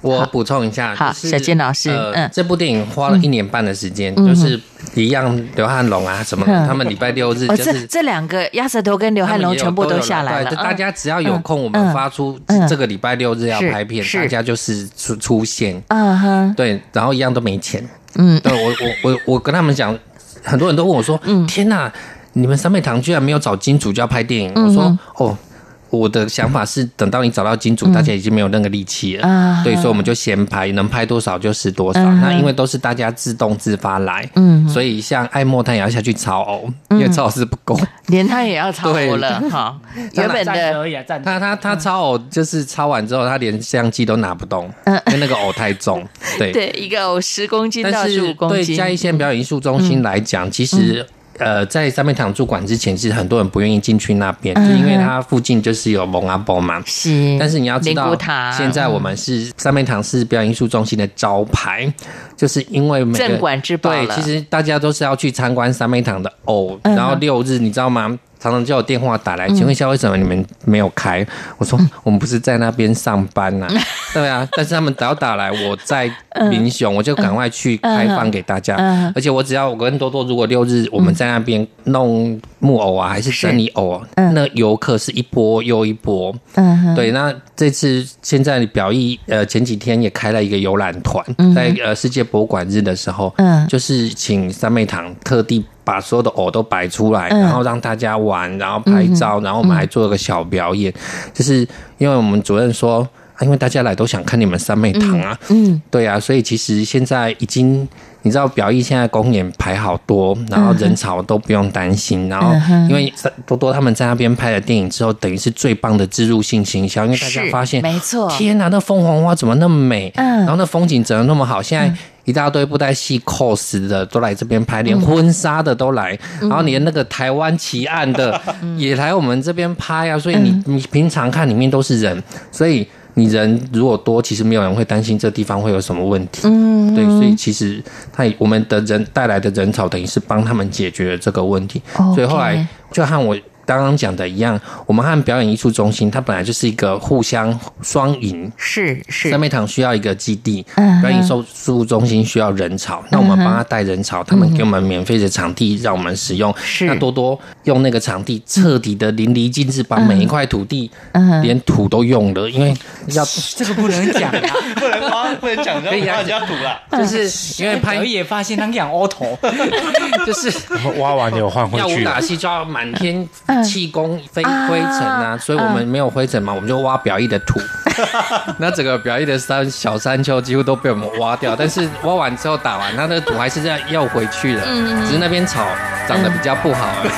我补充一下， 好， 就是、 小金老师， 呃、 嗯， 这部电影花了一年半的时间，嗯、就是一样刘汉龙啊什么的，嗯、他们礼拜六日就是、 哦、这这两个鸭舌头跟刘汉龙全部都下来了。 对，大家只要有空，我们发出这个礼拜六日要拍片，大家就是出出现，嗯哼，对，然后一样都没钱，嗯，对我我我我跟他们讲，很多人都问我说，嗯，天哪，你们三妹堂居然没有找金主就要拍电影，嗯、我说哦。我的想法是，等到你找到金主，嗯、大家已经没有那个力气了，嗯、对，所以我们就先拍，能拍多少就是多少。嗯、那因为都是大家自动自发来，嗯，所以像艾默他也要下去抄偶，嗯、因为抄偶是不够， 连他也要抄偶了哈。原本的他他他抄偶就是抄完之后，他连相机都拿不动，嗯、因为那个偶太重。对对，一个偶十公斤到十五公斤。 对嘉义县表演艺术中心来讲，嗯、其实。呃，在三妹堂驻馆之前，其实很多人不愿意进去那边，嗯、就因为它附近就是有蒙阿波嘛。 是， 但是你要知道，现在我们是三妹堂是表演艺术中心的招牌，就是因为每个镇馆之宝了。 对，其实大家都是要去参观三妹堂的偶，嗯、然后六日你知道吗？常常就有电话打来，请问一下为什么你们没有开？我说我们不是在那边上班呐、啊，对啊，但是他们只要打来，我在民雄，我就赶快去开放给大家。而且我只要我跟多多，如果六日我们在那边弄木偶啊，还是整理偶啊，那游客是一波又一波。对，那这次现在表艺呃前几天也开了一个游览团，在呃世界博物馆日的时候，就是请三妹堂特地。把所有的偶都摆出来，然后让大家玩，然后拍照，然后我们还做了个小表演，就是因为我们主任说，啊、因为大家来都想看你们三妹堂啊，嗯，对啊，所以其实现在已经。你知道表艺现在公演排好多，然后人潮都不用担心，然后因为多多他们在那边拍了电影之后，等于是最棒的置入性行销，因为大家发现， 没错， 天哪，那凤凰花怎么那么美？嗯，然后那风景整得那么好，现在一大堆布袋戏 cos 的都来这边拍，连婚纱的都来，然后连那个台湾奇案的也来我们这边拍啊，所以你你平常看里面都是人，所以。你人如果多，其实没有人会担心这地方会有什么问题。嗯，对，所以其实他我们的人带来的人潮，等于是帮他们解决了这个问题。Okay. 所以后来就和我刚刚讲的一样，我们和表演艺术中心，它本来就是一个互相双赢。 是是， 三妹堂需要一个基地，嗯、表演艺术中心需要人潮，嗯、那我们帮他带人潮，他们给我们免费的场地让我们使用。是，那多多用那个场地彻底的淋漓尽致，把每一块土地，嗯、连土都用了，因为要这个不能讲啊， 不能发不能讲，可以让人家土啦。 就是因为拍也发现他养凹头， 就是挖完有换回去， 要武打戏就要满天。气功飞灰尘啊，所以我们没有灰尘嘛，我们就挖表艺的土。那整个表艺的山小山丘几乎都被我们挖掉，但是挖完之后打完，它的土还是这样要回去的，只是那边草长得比较不好而已。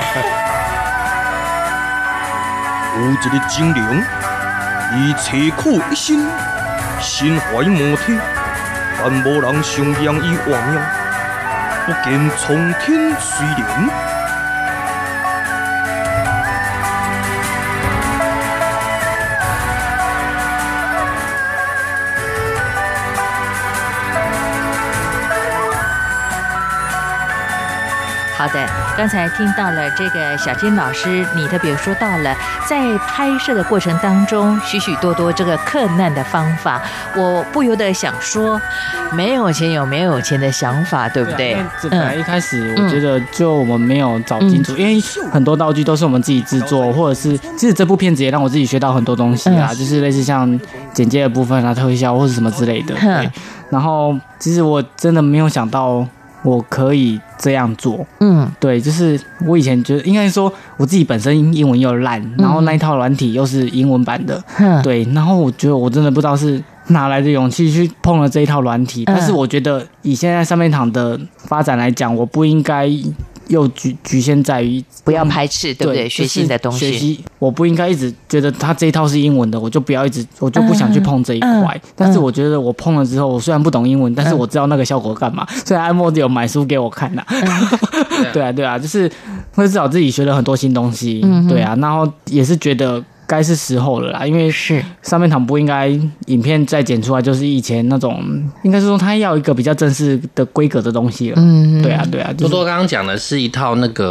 有一个精灵，伊凄苦一生，身怀魔体，但无人相让伊活命，不见苍天随怜。 好的，刚才听到了这个小金老师，你特别说到了在拍摄的过程当中，许许多多这个克难的方法，我不由得想说，没有钱有没有钱的想法，对不对？ 对，这本来一开始我觉得就我们没有找金主，嗯、因为很多道具都是我们自己制作，或者是其实这部片子也让我自己学到很多东西啊，嗯、就是类似像剪接的部分啊、特效或者什么之类的。对，然后其实我真的没有想到。我可以这样做，嗯，对，就是我以前觉得，应该说我自己本身英文又烂，嗯、然后那一套软体又是英文版的，嗯、对，然后我觉得我真的不知道是哪来的勇气去碰了这一套软体，嗯、但是我觉得以现在三妹堂的发展来讲，我不应该又局局限在于不要排斥，对不对？学新的东西， 学习我不应该一直觉得它这一套是英文的，我就不要一直，我就不想去碰这一块。嗯嗯、但是我觉得我碰了之后，我虽然不懂英文，但是我知道那个效果干嘛。所以艾默有买书给我看呐、啊，嗯、对啊对啊，就是会至少自己学了很多新东西，嗯、对啊，然后也是觉得。该是时候了啦，因为是三妹堂不应该影片再剪出来就是以前那种，应该是说他要一个比较正式的规格的东西了。嗯，对啊，对啊。 多多刚刚讲的是一套那个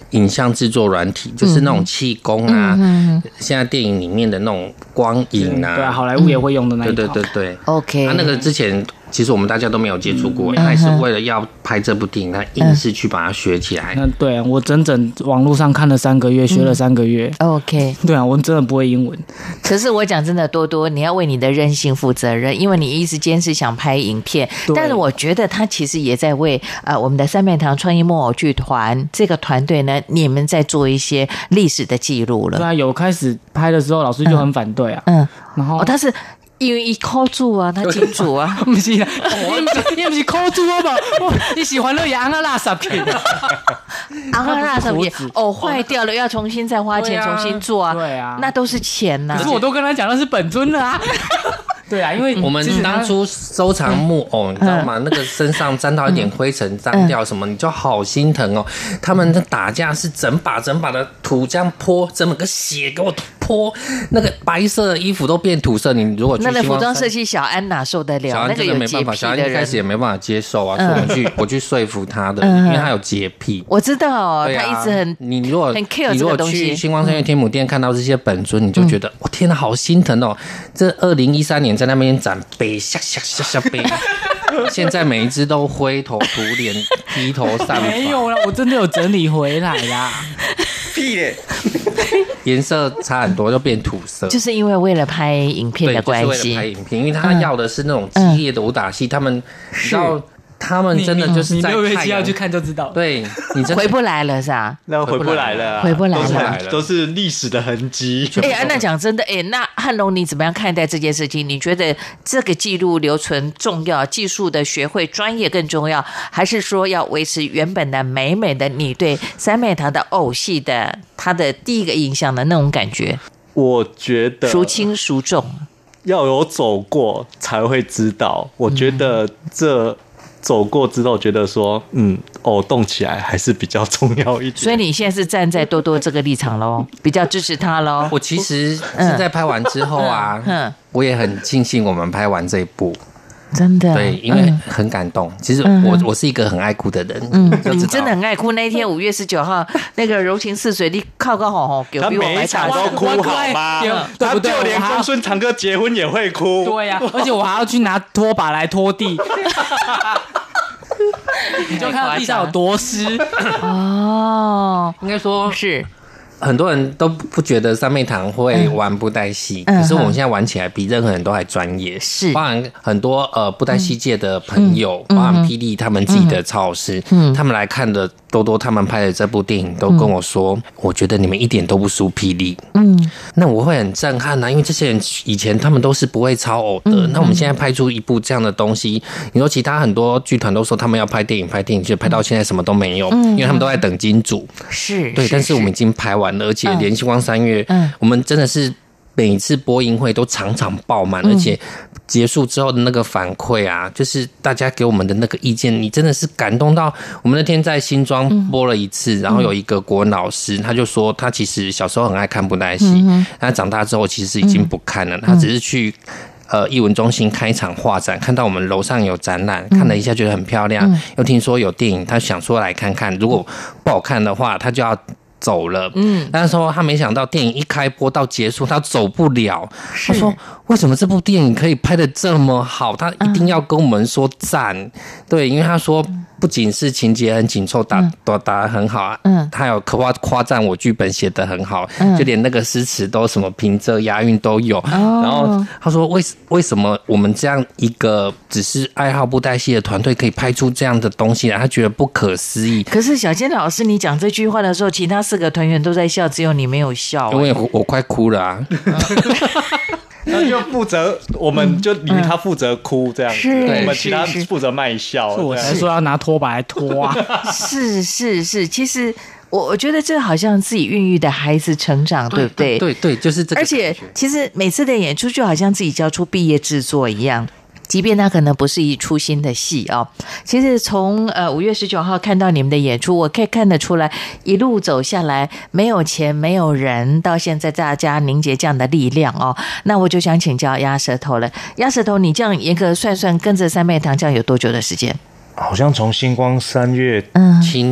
影像制作软体，就是那种气功啊，嗯、现在电影里面的那种光影啊， 对啊，好莱坞也会用的那一套。 对对对对 ，OK， 他、啊、那个之前。其实我们大家都没有接触过，嗯、他也是为了要拍这部电影，他硬是去把它学起来。 嗯，对我整整网络上看了三个月，学了三个月。 嗯、OK， 对啊，我真的不会英文。 可是我讲真的，多多，你要为你的任性负责任，因为你一时间是想拍影片，但是我觉得他其实也在为呃我们的三面堂创意木偶剧团这个团队呢，你们在做一些历史的记录了。 对啊，有开始拍的时候，老师就很反对啊。嗯，然后、 哦、他是。因为一扣住啊，他清楚啊， 不是啦，你不是你不是扣住我吧？你喜欢那洋啊垃圾片， 洋啊垃圾片哦，坏掉了要重新再花钱重新做啊， 对啊， 那都是钱呐、啊。 可是我都跟他讲那是本尊的啊。对啊，因为我们当初收藏木偶，你知道吗？那个身上沾到一点灰尘、脏掉什么，你就好心疼哦。他们的打架是整把整把的土这样泼，整个血给我泼，那个白色的衣服都变土色。你如果去那个服装设计小安哪受得了？ 小安真的没办法，小安一开始也没办法接受啊，所以我们去我去说服他的，因为他有洁癖。 我知道，他一直很你如果很 care 你如果去星光三月天母店看到这些本尊，你就觉得我天哪，好心疼哦！这二零一三年在那边展。背下下下下背，现在每一只都灰头土脸、披头散发。 没有啦，我真的有整理回来啦。 屁嘞！颜色差很多，就变土色。 就是因为为了拍影片的关系， 就是为了拍影片，因为他要的是那种激烈的武打戏，嗯、他们你知道。他们真的就是在六月七号去看就知道， 对你真回不来了是吧？ 那回不来了， 回不来了， 都是历史的痕迹。 哎、欸，那讲真的，哎、欸，那汉龙你怎么样看待这件事情？你觉得这个记录留存重要，技术的学会专业更重要，还是说要维持原本的美美的你对三面堂的偶戏的他的第一个印象的那种感觉？ 我觉得孰轻孰重， 要有走过才会知道。我觉得这。走过之后觉得说嗯偶动起来还是比较重要一点， 所以你现在是站在多多这个立场咯，比较支持他咯。 我其实是在拍完之后啊、嗯嗯、我也很庆幸我们拍完这一部， 真的对，因为很感动、嗯、其实我、嗯、我是一个很爱哭的人， 嗯，你真的很爱哭。那一天五月十九号那个柔情似水，你靠个吼吼给我比我还场都哭好吗？他就连公孙长哥结婚也会哭， 对呀、啊，而且我还要去拿拖把来拖地你就看到地上有多湿哦， 应该说是很多人都不觉得三妹堂会玩布袋戏、嗯、可是我们现在玩起来比任何人都还专业， 是包含很多呃布袋戏界的朋友、嗯、包含霹雳他们自己的曹老师、嗯、他们来看的多多他们拍的这部电影都跟我说、嗯、我觉得你们一点都不输霹雳，嗯，那我会很震撼啊，因为这些人以前他们都是不会操偶的、嗯、那我们现在拍出一部这样的东西，你说其他很多剧团都说他们要拍电影拍电影，就拍到现在什么都没有、嗯、因为他们都在等金主， 是对，但是我们已经拍完了，而且连星光三月、嗯、我们真的是每一次播映会都场场爆满、嗯、而且结束之后的那个反馈啊，就是大家给我们的那个意见，你真的是感动到。我们那天在新庄播了一次、嗯、然后有一个国文老师他就说他其实小时候很爱看布袋戏、嗯、他长大之后其实已经不看了、嗯、他只是去呃，艺文中心开一场画展，看到我们楼上有展览，看了一下觉得很漂亮、嗯、又听说有电影，他想说来看看，如果不好看的话他就要走了，嗯，但是说他没想到电影一开播到结束他走不了，他说为什么这部电影可以拍得这么好，他一定要跟我们说赞、嗯、对，因为他说不仅是情节很紧凑，打打打得很好啊，嗯，他有夸夸赞我剧本写得很好，嗯，就连那个诗词都什么平仄押韵都有、哦、然后他说为为什么我们这样一个只是爱好布袋戏的团队可以拍出这样的东西来，他觉得不可思议。 可是小坚老师你讲这句话的时候，其他四个团员都在笑，只有你没有笑、欸、 因为 我, 我快哭了啊那就负责，我们就理他负责哭这样子、嗯、我们其他负责卖笑。 是我才说要拿拖把来拖啊。 是是是，其实我我觉得这好像自己孕育的孩子成长，对不对？ 对 对, 对，就是这个。 而且其实每次的演出就好像自己交出毕业制作一样。即便它可能不是一出新的戏哦，其实从呃五月十九号看到你们的演出，我可以看得出来，一路走下来，没有钱，没有人，到现在大家凝结这样的力量哦。那我就想请教鸭舌头了，鸭舌头，你这样严格算算，跟着三妹堂这样有多久的时间？ 好像从星光三月， 嗯，七年。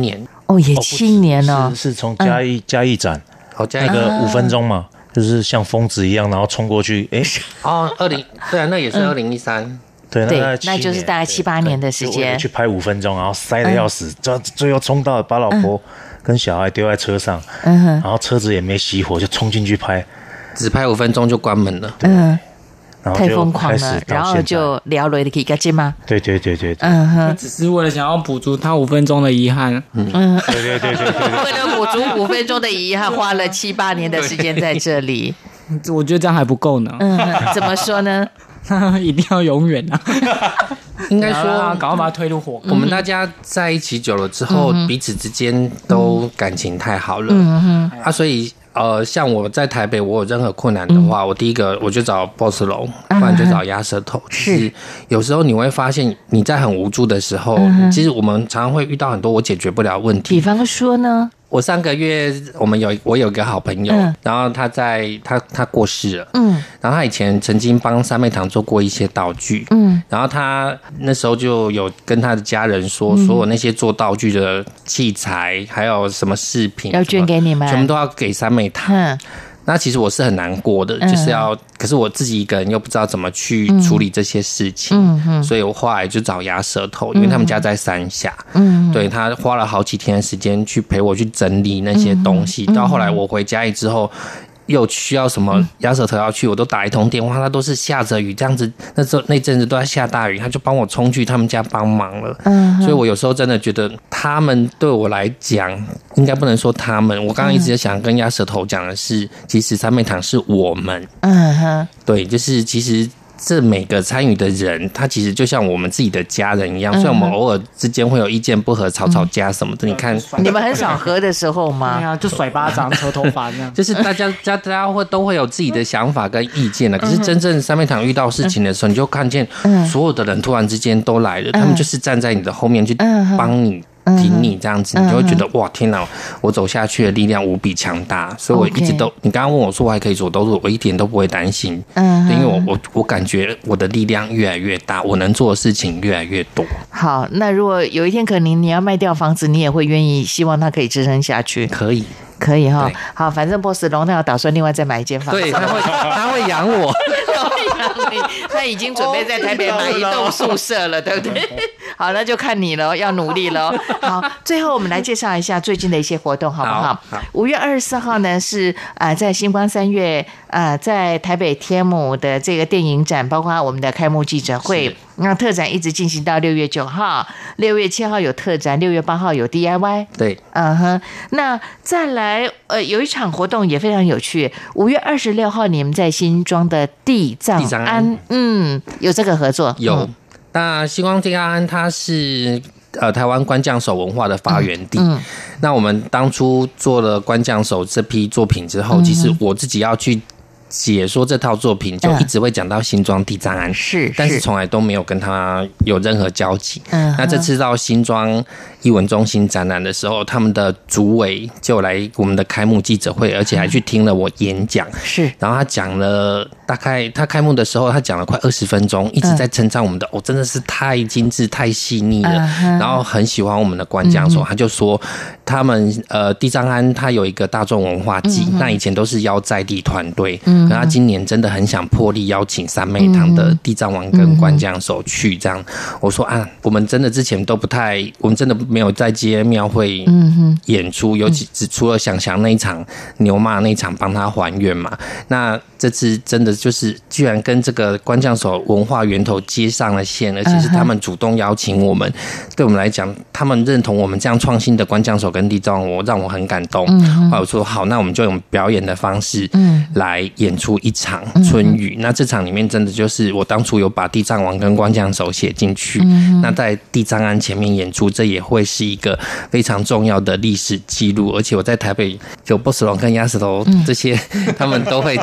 哦，也七年了， 是是从嘉义、嗯、嘉义展， 哦，嘉义那个五分钟嘛，就是像疯子一样，然后冲过去，哎， 哦，二零对啊，那也是二零一三。 对， 那, 那就是大概七八年的时间， 去拍五分钟，然后塞得要死，最、嗯、最后冲到把老婆跟小孩丢在车上，嗯、然后车子也没熄火，就冲进去拍， 只拍五分钟就关门了， 嗯， 然后太疯狂了，然后就聊了的可以干净吗？ 对对对对对， 嗯哼，只是为了想要补足他五分钟的遗憾， 嗯，对对对对对， 为了补足五分钟的遗憾，花了七八年的时间在这里， 我觉得这样还不够呢， 嗯，怎么说呢？ 一定要永远啊！ 应该说， 赶快把它推入火。 我们大家在一起久了之后，嗯、彼此之间都感情太好了， 嗯啊，所以呃，像我在台北，我有任何困难的话，嗯、我第一个我就找 Boss 龙，不然就找鸭舌头。是，有时候你会发现你在很无助的时候，嗯、其实我们常常会遇到很多我解决不了问题。 比方说呢？ 我上个月我们有我有一个好朋友，嗯、然后他在他他过世了，嗯，然后他以前曾经帮三妹堂做过一些道具，嗯，然后他那时候就有跟他的家人说，嗯、所有那些做道具的器材还有什么饰品要捐给你们， 全部都要给三妹堂。嗯，那其实我是很难过的，嗯、就是要，可是我自己一个人又不知道怎么去处理这些事情，嗯嗯、所以我后来就找鸭舌头，因为他们家在山下，嗯，对，他花了好几天的时间去陪我去整理那些东西，嗯、到后来我回家里之后。又需要什么鸭舌头要去，我都打一通电话，他都是下着雨这样子，那时候那阵子都在下大雨，他就帮我冲去他们家帮忙了。嗯，所以我有时候真的觉得他们对我来讲，应该不能说他们，我刚刚一直想跟鸭舌头讲的是，其实三妹堂是我们。嗯哼，对，就是其实。这每个参与的人，他其实就像我们自己的家人一样。虽然我们偶尔之间会有意见不合、吵吵架什么的，嗯、你看， 你们很少和的时候吗？ 对啊，就甩巴掌、扯头发这样。 就是大家、大家会都会有自己的想法跟意见的。可是真正三妹堂遇到事情的时候，你就看见所有的人突然之间都来了，他们就是站在你的后面去帮你。挺你这样子，你就会觉得哇天哪，我走下去的力量无比强大，所以我一直都，你刚刚问我说我还可以做，都是我一点都不会担心，嗯，因为我我我感觉我的力量越来越大，我能做的事情越来越多。 好，那如果有一天可能你要卖掉房子，你也会愿意希望它可以支撑下去？ 可以。 可以哈，好，反正 Boss 龙他要打算另外再买一间房子， 对，他会他会养我， 他会养你，他已经准备在台北买一栋宿舍了，对不对？好，那就看你了，要努力了。好，最后我们来介绍一下最近的一些活动，好不好？五月二十四号呢是啊、呃，在星光三月啊、呃，在台北天母的这个电影展，包括我们的开幕记者会。那特展一直进行到六月九号，六月七号有特展，六月八号有 D I Y。 对， 嗯哼。那再来，呃，有一场活动也非常有趣。五月二十六号，你们在新庄的地藏庵，嗯，有这个合作。 有。 嗯、 那星光地藏庵它是呃台湾官将手文化的发源地。嗯。嗯那我们当初做了官将手这批作品之后，嗯、其实我自己要去。解说这套作品就一直会讲到新庄地藏庵， 是， 但是从来都没有跟他有任何交集。嗯，那这次到新庄艺文中心展览的时候，他们的主委就来我们的开幕记者会，而且还去听了我演讲。是，然后他讲了大概他开幕的时候，他讲了快二十分钟，一直在称赞我们的，哦，真的是太精致、太细腻了。嗯、然后很喜欢我们的官将手，嗯、他就说他们呃地藏庵他有一个大众文化季，嗯、那以前都是邀在地团队。嗯可他今年真的很想破例邀请三妹堂的地藏王跟官将手去，这样我说啊，我们真的之前都不太，我们真的没有在接庙会演出，尤其只除了想想那一场牛骂那一场帮他还原嘛，那这次真的就是居然跟这个官将手文化源头接上了线，而且是他们主动邀请我们，对我们来讲，他们认同我们这样创新的官将手跟地藏王，我让我很感动。后来我说好，那我们就用表演的方式来演。演出一场春雨，嗯、那这场里面真的就是我当初有把地藏王跟官将手写进去，嗯、那在地藏庵前面演出，这也会是一个非常重要的历史记录。而且我在台北有 Boss 龙跟鸭舌头这些，嗯、他们都会在，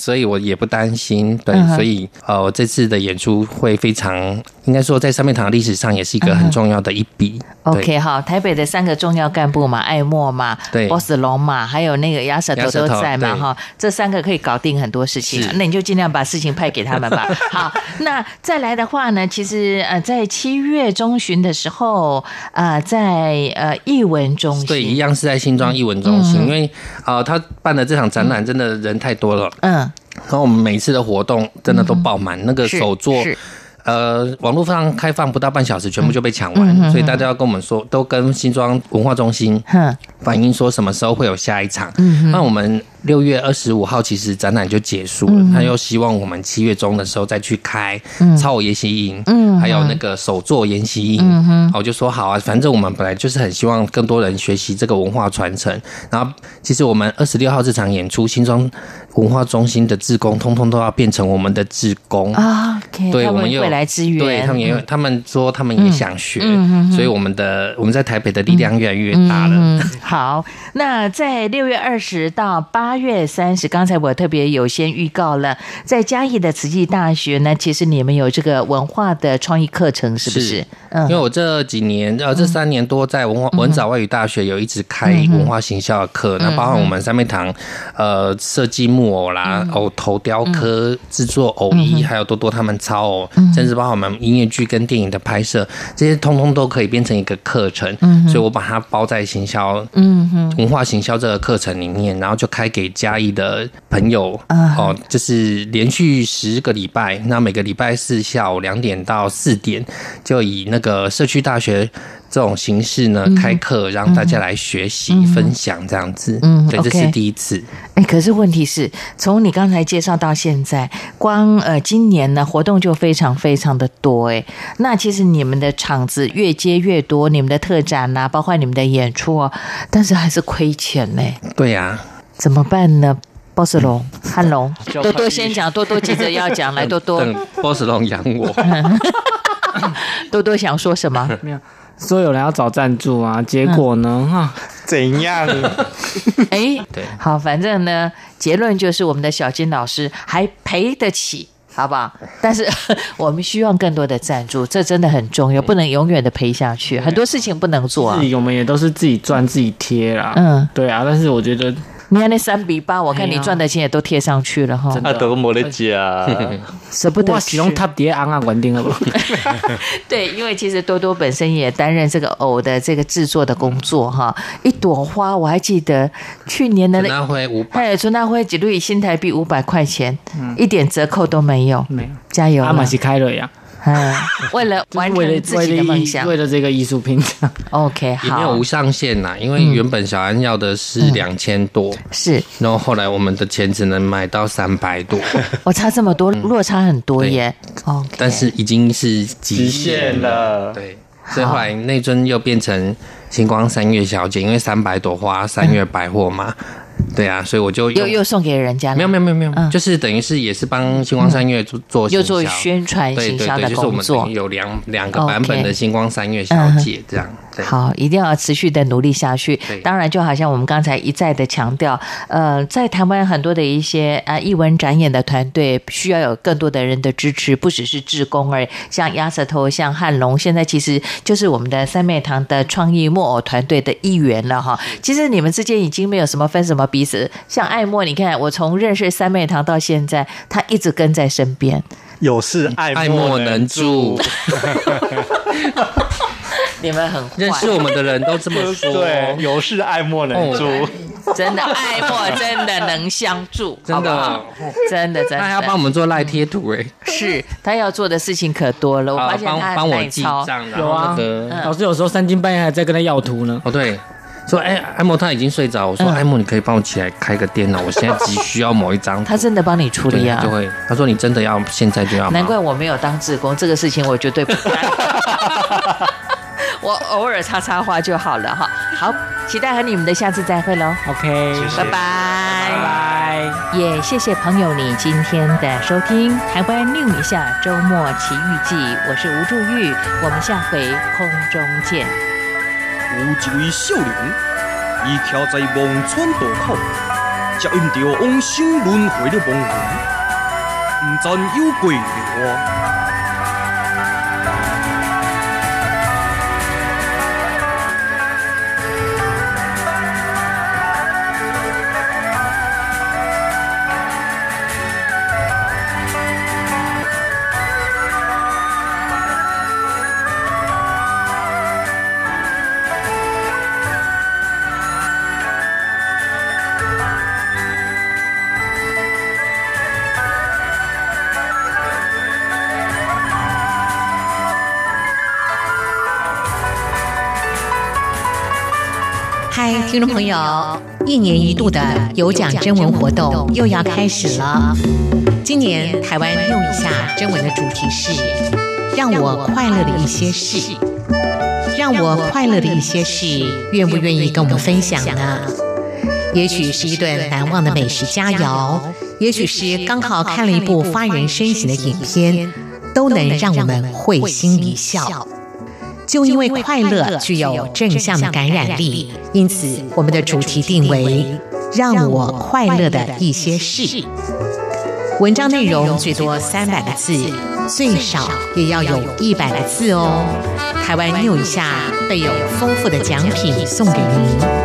所以我也不担心。对，嗯、所以呃，这次的演出会非常，应该说在三妹堂历史上也是一个很重要的一笔。 嗯、OK， 好，台北的三个重要干部嘛，爱默嘛，对 ，Boss 龙嘛，还有那个亚瑟头都在嘛，哈，这三个可以搞定很多事情。那你就尽量把事情派给他们吧。好，那再来的话呢，其实呃，在七月中旬的时候，呃，在呃艺文中心， 对，一样是在新庄艺文中心，嗯、因为呃，他办的这场展览真的人太多了，嗯，然后我们每次的活动真的都爆满，嗯、那个手作。呃，网络上开放不到半小时，全部就被抢完，嗯、所以大家要跟我们说，都跟新庄文化中心反映说什么时候会有下一场。嗯、那我们六月二十五号其实展览就结束了，嗯、他又希望我们七月中的时候再去开超偶研习营，嗯、还有那个手作研习营。嗯、我就说好啊，反正我们本来就是很希望更多人学习这个文化传承。然后其实我们二十六号这场演出，新庄文化中心的志工通通都要变成我们的志工啊。Okay, 对，我们又来支援， 对他们也，他们说他们也想学，嗯、所以我们的我们在台北的力量越来越大了。 嗯嗯、好，那在六月二十到八月三十，刚才我特别有先预告了，在嘉义的慈济大学呢，其实你们有这个文化的创意课程，是不是？是嗯，因为我这几年呃这三年多在文化文藻外语大学有一直开文化行销的课，那、嗯、包含我们三妹堂呃设计木偶啦、偶头雕刻、制作偶衣，嗯、还有多多他们操偶，嗯、甚至包括我们音乐剧跟电影的拍摄，这些通通都可以变成一个课程，嗯、所以我把它包在行销，嗯、文化行销这个课程里面，然后就开给嘉义的朋友，嗯、哦，就是连续十个礼拜，那每个礼拜四下午两点到四点，就以那个社区大学这种形式呢，嗯、开课让大家来学习、嗯、分享这样子，嗯，对， okay. 这是第一次。 哎，可是问题是，从你刚才介绍到现在，光呃今年呢活动就非常非常的多哎。那其实你们的场子越接越多，你们的特展啊，包括你们的演出啊，但是还是亏钱呢。 对呀、啊， 怎么办呢？Boss 龙、汉龙，多多先讲，多多急着要讲，来多多。 等 Boss 龙养我。 多多想说什么？ 没有。说有人要找赞助啊，结果呢？哈、嗯， 怎样？ 哎，对，好，反正呢，结论就是我们的小金老师还赔得起，好不好？但是我们需要更多的赞助，这真的很重要，不能永远的赔下去，很多事情不能做啊。 自己我们也都是自己赚自己贴啦，嗯，对啊，但是我觉得。 你看那三比八，我看你赚的钱也都贴上去了哈。 啊，都没得加， 舍不得。 哇，使用他叠昂啊，稳定了不？ 对，因为其实多多本身也担任这个偶的这个制作的工作哈。一朵花，我还记得去年的春大会五百， 哎，春大会几路以新台币五百块钱，嗯、一点折扣都没有。 没有， 加油！ 阿玛西开了呀。 嗯，为了完成自己的梦想， 为了这个艺术品 ，OK， 好， 也没有无上限呐，因为原本小安要的是两千多， 嗯、是， 然后后来我们的钱只能买到三百多， 我差这么多，落差很多耶， 哦， okay 但是已经是极限了，对，所以后来内尊又变成星光三月小姐，因为三百朵花，三月百货嘛。嗯对啊，所以我就又又送给人家了。 没有没有没有没有，嗯、就是等于是也是帮星光三月做做行销， 又做宣传行销的工作。对对对，就是我们等于有两两个版本的星光三月小姐这样。 嗯、好，一定要持续的努力下去。当然，就好像我们刚才一再的强调，呃，在台湾很多的一些啊艺文展演的团队，需要有更多的人的支持，不只是志工而已。像鸭舌头、像汉龙，现在其实就是我们的三妹堂的创意木偶团队的一员了哈。其实你们之间已经没有什么分什么彼此。像爱默，你看我从认识三妹堂到现在，他一直跟在身边。 有事爱默能助。 你们很坏， 认识我们的人都这么说。 对，有事爱默能助。哦、 真的爱默真的能相助， 真的， 好不好真的真的。 他还要帮我们做赖贴图哎， 是他要做的事情可多了。我发现他帮我记账， 有啊，嗯、老师有时候三更半夜还在跟他要图呢。 哦，对。说哎，艾默他已经睡着。我说艾默，你可以帮我起来开个电脑，我现在急需要某一张。 他真的帮你处理啊？ 就会。他说你真的要现在就要。 难怪我没有当志工，这个事情我绝对不干。我偶尔插插话就好了哈。好，期待和你们的下次再会喽。 OK， 拜拜，拜拜。也谢谢朋友你今天的收听，台湾 New 一下周末奇遇记，我是吴祝玉，我们下回空中见。 有一位少年，伊徛在忘川渡口， 才因着往生轮回的梦魂，唔知有过的我。 嗨，听众朋友，一年一度的有奖征文活动又要开始了。今年台湾用一下征文的主题是“让我快乐的一些事”。让我快乐的一些事，愿不愿意跟我们分享呢？也许是一顿难忘的美食佳肴，也许是刚好看了一部发人深省的影片，都能让我们会心一笑。就因为快乐具有正向的感染力，因此我们的主题定为“让我快乐的一些事”。文章内容最多三百个字，最少也要有一百个字哦。台湾妞一下备有丰富的奖品送给您。